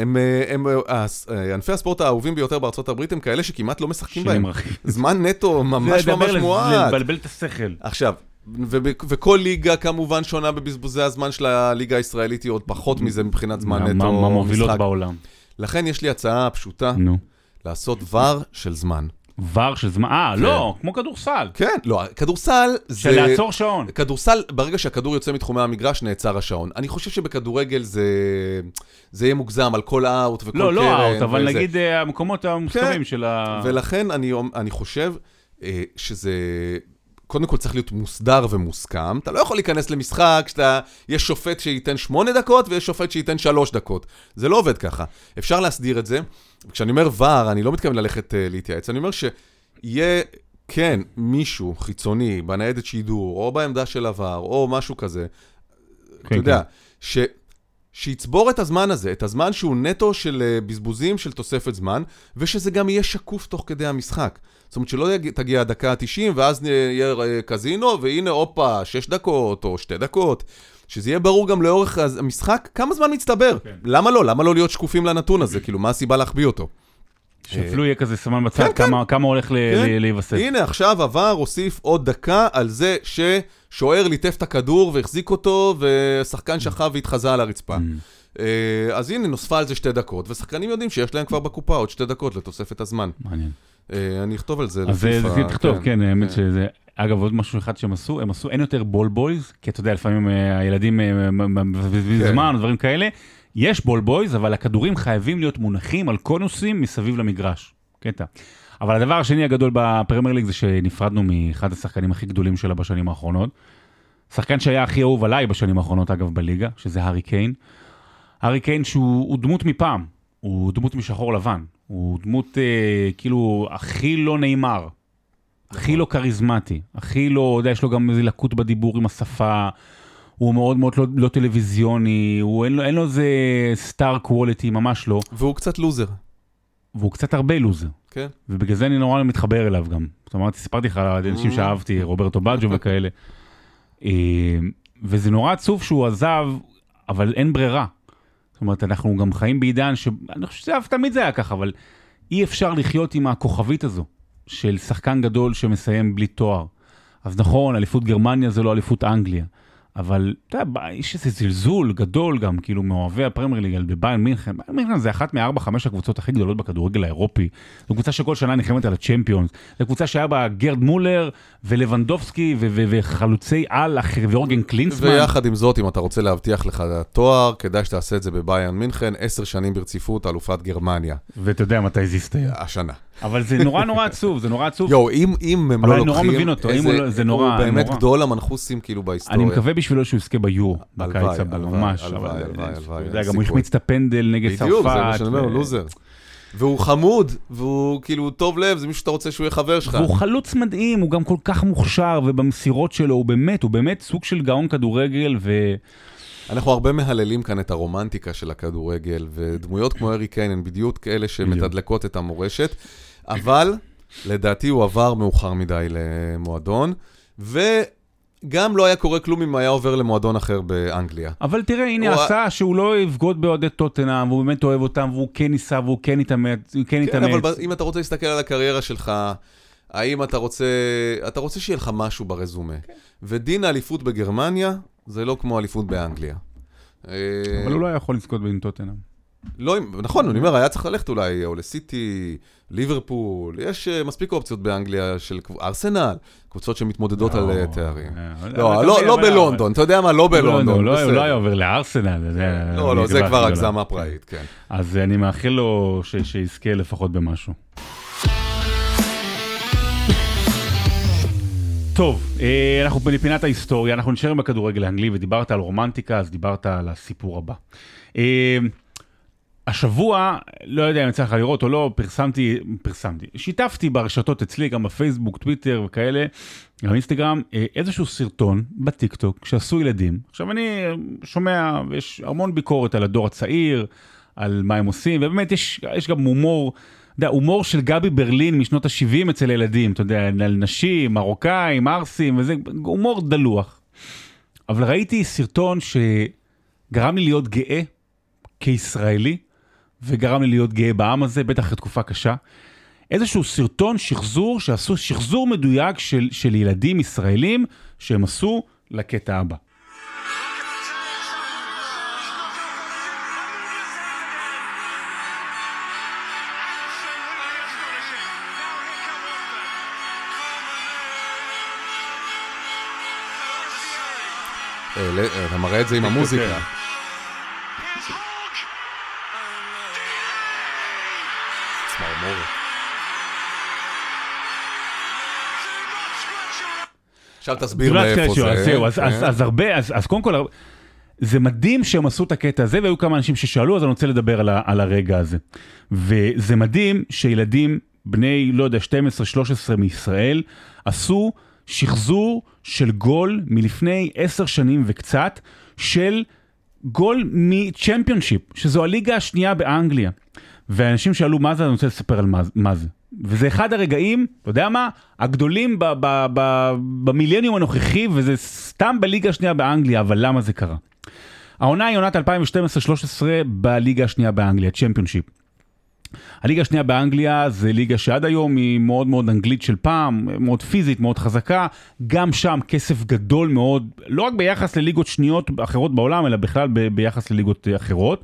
ענפי הספורט האהובים ביותר בארצות הברית הם כאלה שכמעט לא משחקים בהם. זמן נטו ממש ממש מועד. זה לבלבל את השכל. עכשיו, וכל ליגה כמובן שונה בבזבוזי הזמן של הליגה הישראלית, היא עוד פחות מזה מבחינת זמן נטו. מה מובילות בעולם. לכן יש לי הצעה פשוטה. נו. לעשות ור של זמן. ור של זמן? לא, כמו כדורסל. כן, לא, כדורסל זה... של לעצור שעון. כדורסל, ברגע שהכדור יוצא מתחומי המגרש, נעצר השעון. אני חושב שבכדורגל זה יהיה מוגזם על כל אאוט וכל קרן. לא אאוט, אבל נגיד המקומות המוסכמים של ה... ולכן אני חושב שזה... קודם כל צריך להיות מוסדר ומוסכם. אתה לא יכול להיכנס למשחק יש שופט שייתן 8 דקות ויש שופט שייתן 3 דקות. זה לא עובד ככה. אפשר להסדיר את זה. וכשאני אומר ור, אני לא מתכוון ללכת להתייעץ. אני אומר שיהיה, כן, מישהו חיצוני בניידת שידור, או בעמדה של הוור, או משהו כזה. אתה יודע, שיצבור את הזמן הזה, את הזמן שהוא נטו של בזבוזים, של תוספת זמן, ושזה גם יהיה שקוף תוך כדי המשחק. זאת אומרת שלא תגיע הדקה ה-90, ואז יהיה קזינו, והנה, אופה, 6 דקות או 2 דקות. שזה יהיה ברור גם לאורך המשחק, כמה זמן מצטבר. למה לא? למה לא להיות שקופים לנתון הזה? כאילו, מה הסיבה להחביא אותו? שאפילו יהיה כזה סמן בצד, כמה הולך להיווסף. הנה, עכשיו עבר, הוסיף עוד דקה על זה ששוער ליטף את הכדור והחזיק אותו, ושחקן שכב והתחזה על הרצפה. אז הנה, נוספה על זה 2 דקות, ושחקנים יודעים שיש להם כבר בקופה עוד 2 דקות לתוספת הזמן. מעניין. אני אכתוב על זה. אז זה תכתוב, כן, האמת שזה... אגב, עוד משהו אחד שהם עשו, אין יותר בול בויז, כי אתה יודע, לפעמים הילדים בזמן, דברים כאלה, יש בול בויז, אבל הכדורים חייבים להיות מונחים על קונוסים מסביב למגרש. קטע. אבל הדבר השני הגדול בפרמייר ליג זה שנפרדנו מאחד השחקנים הכי גדולים שלה בשנים האחרונות. שחקן שהיה הכי אהוב עליי בשנים האחרונות, אגב, בליגה, שזה הארי קיין. הארי קיין שהוא דמות מפעם, הוא דמות משחור לבן, הוא דמות כאילו הכי לא נאמר, הכי לא קריזמטי, הכי לא, יודע, יש לו גם איזה לקות בדיבור עם השפה, הוא מאוד מאוד לא טלוויזיוני, אין לו איזה סטאר קווליטי, ממש לא. והוא קצת לוזר. והוא קצת הרבה לוזר. כן. ובגלל זה אני נורא מתחבר אליו גם. זאת אומרת, סיפרתי לך על אנשים שאהבתי, רוברטו בג'ו וכאלה. וזה נורא עצוב שהוא עזב, אבל אין ברירה. זאת אומרת, אנחנו גם חיים בעידן אני חושב שתמיד זה היה ככה, אבל אי אפשר לחיות עם הכוכבית הזו, של שחקן גדול שמסיים בלי תואר. אז נכון, אליפות גרמניה זה לא אליפות אנגליה, אבל אתה יודע, יש איזה זלזול גדול גם, כאילו מאוהבי הפרמייר ליג בביירן מינכן. ביירן מינכן זה אחת מ4-5 הקבוצות הכי גדולות בכדורגל האירופי. זו קבוצה שכל שנה נלחמת על הצ'מפיונס. זו קבוצה שהיה בה גרד מולר ולבנדובסקי וחלוצי על ואורגן קלינסמן. ויחד עם זאת, אם אתה רוצה להבטיח לך תואר, כדאי שתעשה את זה בביירן מינכן, 10 שנים ברציפות, אלופת גרמניה. ואתה יודע מתי זה יסתיים. השנה. אבל זה נורא עצוב, זה נורא עצוב. יו, אם הם לא לוקחים, הוא באמת גדול המנחוסים כאילו בהיסטוריה. אני מקווה בשבילו שהוא יזכה ביורו, בקיץ הבא, ממש. הלוואי. גם הוא החמיץ את הפנדל נגד צרפת. בדיוק, זה מה שאני אומר, לוזר. והוא חמוד, והוא כאילו טוב לב, זה מישהו שאתה רוצה שהוא יהיה חבר שלך. והוא חלוץ מדהים, הוא גם כל כך מוכשר, ובמסירות שלו הוא באמת סוג של גאון כדורגל, אנחנו הרבה מהללים כאן את הרומנטיקה של הכדורגל, ודמויות כמו הארי קיין הן בדיוק כאלה שמתדלקות את המורשת, אבל לדעתי הוא עבר מאוחר מדי למועדון, וגם לא היה קורה כלום אם היה עובר למועדון אחר באנגליה. אבל תראה, הנה עשה שהוא לא יבגוד באוהדי טוטנהאם, והוא באמת אוהב אותם, והוא כן ניסה, והוא כן התאמץ. כן, אבל אם אתה רוצה להסתכל על הקריירה שלך, האם אתה רוצה שיהיה לך משהו ברזומה? ודין האליפות בגרמניה, זה לא כמו אליפות באנגליה. אבל הוא לא היה יכול לזכות בין טוטנהאם. לא, נכון, אני אומר, היה צריך ללכת אולי, או לסיטי, ליברפול, יש מספיק אופציות באנגליה של ארסנל, קבוצות שמתמודדות על תארים. לא בלונדון, אתה יודע מה? לא בלונדון. הוא לא היה עובר לארסנל. לא, זה כבר הגזמה פראית, כן. אז אני מאחל לו שיזכה לפחות במשהו. טוב, אנחנו בפינת ההיסטוריה, אנחנו נשארים בכדורגל האנגלי, ודיברת על רומנטיקה, אז דיברת על הסיפור הבא. השבוע, לא יודע אם יצא לך לראות או לא, שיתפתי ברשתות אצלי, גם בפייסבוק, טוויטר וכאלה, גם אינסטגרם, איזשהו סרטון בטיקטוק שעשו ילדים. עכשיו אני שומע, ויש המון ביקורת על הדור הצעיר, על מה הם עושים, ובאמת יש גם הומור של גבי ברלין משנות ה-70 אצל ילדים, אתה יודע, על נשים, מרוקאים, ארסים, וזה הומור דלוח. אבל ראיתי סרטון שגרם לי להיות גאה כישראלי, וגרם לי להיות גאה בעם הזה, בטח אחרי תקופה קשה. איזשהו סרטון שחזור, שעשו שחזור מדויק של ילדים ישראלים, שהם עשו לקטע הבא. אתה מראה את זה עם המוזיקה. עכשיו תסביר מאיפה זה. אז קודם כל, זה מדהים שהם עשו את הקטע הזה, והיו כמה אנשים ששאלו, אז אני רוצה לדבר על הרגע הזה. וזה מדהים שילדים בני, לא יודע, 12-13 מישראל, עשו שחזור של גול מלפני 10 שנים וקצת, של גול מצ'מפיונשיפ, שזו הליגה השנייה באנגליה. ואנשים שאלו מה זה, אני רוצה לספר על מה זה. וזה אחד הרגעים, אתה יודע מה? הגדולים במילניום הנוכחי, וזה סתם בליגה השנייה באנגליה, אבל למה זה קרה? העונה היא עונת 2012-2013 בליגה השנייה באנגליה, צ'מפיונשיפ. הליגה השנייה באנגליה זה ליגה שעד היום היא מאוד מאוד אנגלית של פעם, מאוד פיזית, מאוד חזקה, גם שם כסף גדול מאוד, לא רק ביחס לליגות שניות אחרות בעולם, אלא בכלל ביחס לליגות אחרות,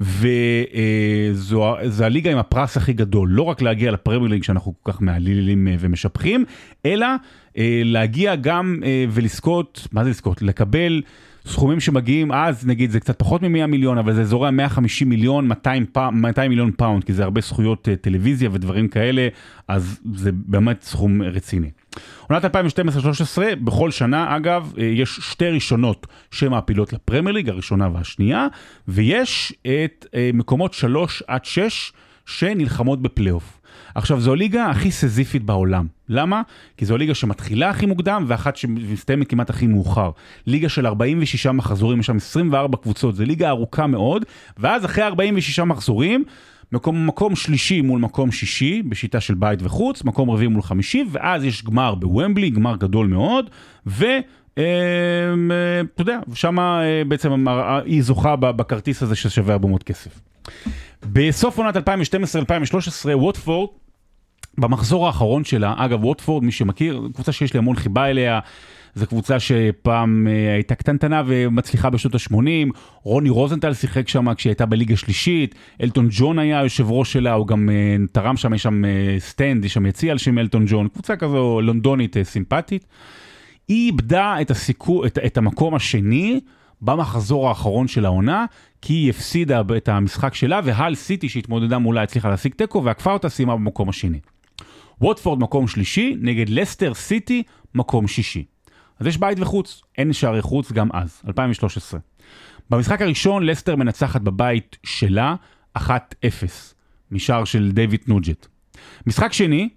וזו הליגה עם הפרס הכי גדול, לא רק להגיע לפרמייר ליג שאנחנו כל כך מעלילים ומשפחים, אלא להגיע גם ולזכות, מה זה לזכות? לקבל סכומים שמגיעים אז, נגיד, זה קצת פחות מ-100 מיליון, אבל זה אזורי 150 מיליון, 200 מיליון פאונד, כי זה הרבה זכויות טלוויזיה ודברים כאלה, אז זה באמת סכום רציני. עונת 2012-2013, בכל שנה, אגב, יש שתי ראשונות שמעפילות לפרמייר ליג, הראשונה והשנייה, ויש את מקומות 3-6 שנלחמות בפלייאוף. עכשיו, זו הליגה הכי סזיפית בעולם. למה? כי זו הליגה שמתחילה הכי מוקדם, ואחת שמסתיימת כמעט הכי מאוחר. ליגה של 46 מחזורים, יש שם 24 קבוצות, זו ליגה ארוכה מאוד, ואז אחרי 46 מחזורים, מקום שלישי מול מקום שישי, בשיטה של בית וחוץ, מקום רביעי מול חמישי, ואז יש גמר בוומבלי, גמר גדול מאוד, אתה יודע, שמה בעצם היא זוכה בכרטיס הזה ששווה הרבה מאוד כסף. בסוף עונת 2012-2013, ווטפורד, במחזור האחרון שלה, אגב, ווטפורד, מי שמכיר, קבוצה שיש לי המון חיבה אליה, זו קבוצה שפעם הייתה קטנטנה ומצליחה בשנות ה-80, רוני רוזנטל שיחק שם כשהיא הייתה בליגה שלישית, אלטון ג'ון היה יושב ראש שלה, הוא גם תרם שם, יש שם סטנד, יש שם יציע על שם אלטון ג'ון, קבוצה כזו לונדונית סימפטית, היא איבדה את המקום השני, במחזור האחרון של העונה, כי היא הפסידה את המשחק שלה, והל סיטי שהתמודדה מולה הצליחה להשיג טקו, והקפה אותה סיימה במקום השני. ווטפורד מקום שלישי, נגד לסטר סיטי מקום שישי. אז יש בית וחוץ, אין שערי חוץ גם אז, 2013. במשחק הראשון, לסטר מנצחת בבית שלה 1-0, משער של דיוויד נוג'ט. משחק שני,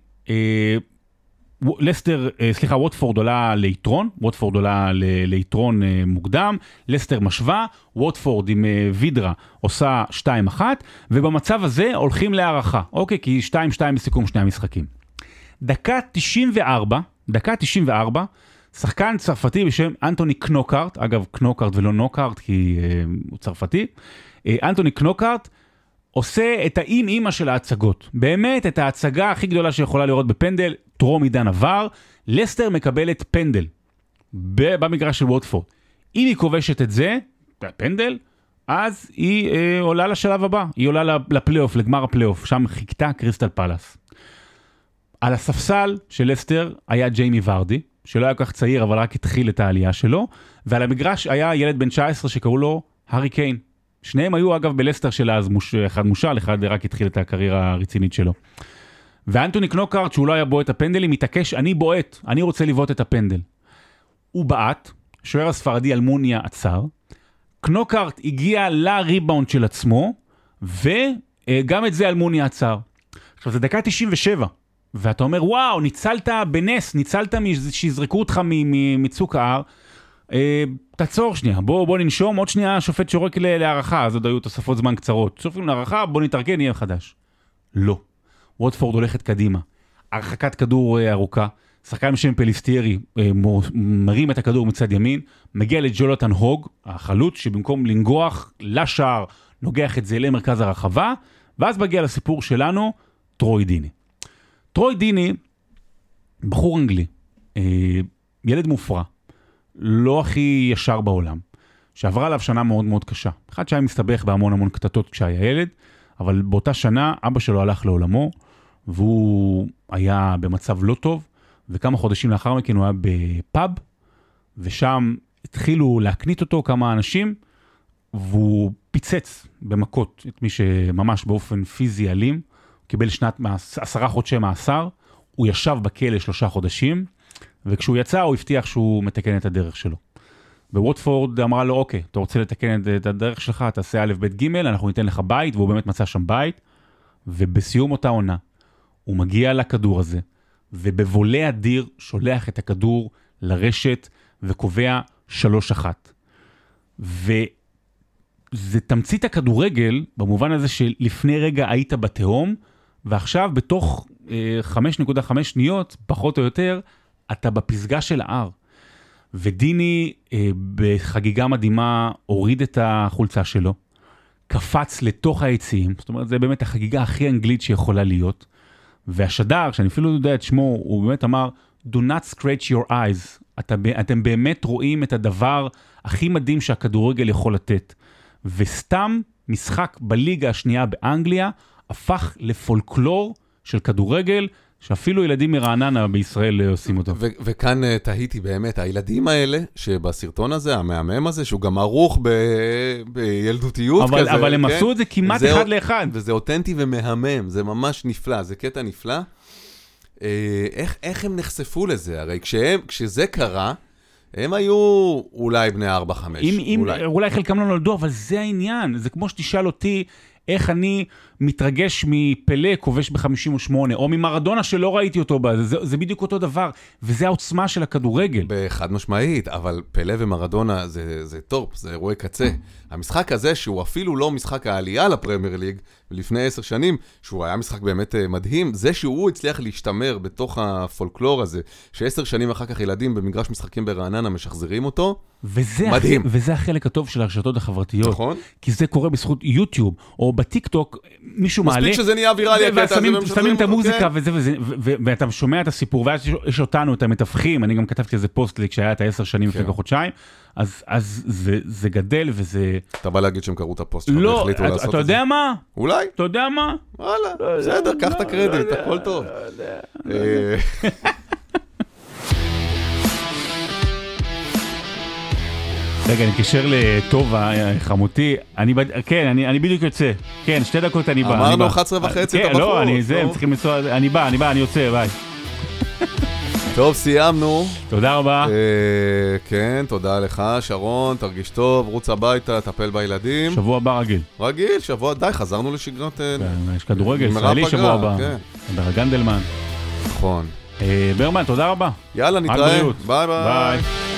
ווטפורד עולה ליתרון, ווטפורד עולה ליתרון מוקדם, לסטר משווה, ווטפורד עם וידרה עושה 2-1, ובמצב הזה הולכים להערכה, אוקיי, כי 2-2 בסיכום שני המשחקים. דקה 94, שחקן צרפתי בשם אנטוני קנוקארט, אגב קנוקארט ולא נוקארט, כי הוא צרפתי, אנטוני קנוקארט, עושה את האימא של ההצגות. באמת, את ההצגה הכי גדולה שיכולה לראות בפנדל, טרום עידן עבר, לסטר מקבלת פנדל במגרש של ווטפורד. אם היא כובשת את זה, הפנדל, אז היא עולה לשלב הבא. היא עולה לפלייאוף, לגמר הפלייאוף. שם חיכתה קריסטל פלאס. על הספסל של לסטר היה ג'יימי ורדי, שלא היה כך צעיר, אבל רק התחיל את העלייה שלו, ועל המגרש היה ילד בן 19 שקראו לו הארי קיין. שניהם היו אגב בלסטר של אז, אחד מושל, אחד רק התחיל את הקריירה הרצינית שלו. ואנטוני קנוקארט, שהוא לא היה בועט הפנדלים, מתעקש, אני בועט, אני רוצה לבעוט את הפנדל. הוא בעט, שוער הספרדי אלמוניה עצר, קנוקארט הגיע לריבאונד של עצמו, וגם את זה אלמוניה עצר. עכשיו, זה דקה 97, ואתה אומר, וואו, ניצלת בנס, ניצלת שיזרקו אותך מצוק ההר, תעצור שנייה, בוא ננשום, עוד שנייה שופט שורק להערכה, אז עוד היו תוספות זמן קצרות. שופטים להערכה, בוא נתארגן, יהיה חדש. לא. ווטפורד הולכת קדימה. הרחקת כדור ארוכה, שחקן בשם פליסטיירי מרים את הכדור מצד ימין, מגיע לג'ולתן הוג, החלוץ, שבמקום לנגוח לשער, נוגח את זה למרכז הרחבה, ואז מגיע לסיפור שלנו, טרוי דיני. טרוי דיני, בחור אנגלי, ילד מופרע, לא הכי ישר בעולם, שעברה עליו שנה מאוד מאוד קשה. אחד שהיה מסתבך בהמון קטטות כשהיה ילד, אבל באותה שנה אבא שלו הלך לעולמו, והוא היה במצב לא טוב, וכמה חודשים לאחר מכן הוא היה בפאב, ושם התחילו להקנית אותו כמה אנשים, והוא פיצץ במכות את מי שממש באופן פיזי אלים, קיבל 10 חודשי מאסר, הוא ישב בכלא 3 חודשים, וכשהוא יצא הוא הבטיח שהוא מתקן את הדרך שלו. וווטפורד אמרה לו, אוקיי, אתה רוצה לתקן את הדרך שלך, תעשה א' ב' ג', אנחנו ניתן לך בית, והוא באמת מצא שם בית, ובסיום אותה עונה, הוא מגיע לכדור הזה, ובבולה אדיר שולח את הכדור לרשת, וקובע 3-1. וזה תמצית הכדורגל, במובן הזה שלפני רגע היית בתהום, ועכשיו בתוך 5.5 שניות, פחות או יותר, אתה בפסגה של ההר. ודיני בחגיגה מדהימה הוריד את החולצה שלו, קפץ לתוך היציעים, זאת אומרת, זה באמת החגיגה הכי אנגלית שיכולה להיות, והשדר, שאני אפילו לא יודע את שמו, הוא באמת אמר, do not scratch your eyes, אתם באמת רואים את הדבר הכי מדהים שהכדורגל יכול לתת, וסתם משחק בליגה השנייה באנגליה, הפך לפולקלור של כדורגל, שאפילו ילדים מרעננה בישראל עושים אותו. וכאן תהיתי באמת, הילדים האלה, שבסרטון הזה, המהמם הזה, שהוא גם ערוך בילדותיות כזה. אבל הם עשו את זה כמעט אחד לאחד. וזה אותנטי ומהמם, זה ממש נפלא, זה קטע נפלא. איך הם נחשפו לזה? הרי כשזה קרה, הם היו אולי בני 4-5. אולי חלקם לא נולדו, אבל זה העניין. זה כמו שתשאל אותי, איך אני מתרגש מפלה כובש ב-58, או ממרדונה שלא ראיתי אותו בה, זה בדיוק אותו דבר, וזה העוצמה של הכדורגל. בחד משמעית, אבל פלה ומרדונה זה טופ, זה אירועי קצה. המשחק הזה, שהוא אפילו לא משחק העלייה לפרמייר ליג, לפני 10 שנים, שהוא היה משחק באמת מדהים, זה שהוא הצליח להשתמר בתוך הפולקלור הזה, ש10 שנים אחר כך ילדים במגרש משחקים ברעננה משחזרים אותו, מדהים. וזה החלק הטוב של הרשתות החברתיות. נכון. כי זה קורה בזכות יוטיוב, או בטיקטוק, מישהו מעלה. מספיק שזה נהיה ויראלי, ושמים את המוזיקה, ואתה שומע את הסיפור, ואז יש אותנו, את המתווכים, אני גם כתבתי איזה פוסט כשהיה את 10 שנים לפני כחודשיים, אז זה גדל וזה... אתה בא להגיד שהם קראו את הפוסט שלך לא, אתה יודע מה? אולי? אתה יודע מה? וואלה, בסדר, קח את הקרדיט, הכל טוב. רגע, אני קשר לטובה, חמותי, אני בדיוק יוצא, כן, 2 דקות אני בא. אמרנו 11:30 את הבחור. לא, הם צריכים לנסוע, אני בא, אני יוצא, ביי. טוב, סיימנו. תודה רבה. כן, תודה לך, שרון, תרגיש טוב, רוץ הביתה, טפל בילדים. שבוע הבא רגיל. רגיל, שבוע, די, חזרנו לשגרת... יש כדורגל, ישראלי שבוע הבא. ברגנדלמן. נכון. ברמן, תודה רבה. יאללה, נתראה. ביי ביי.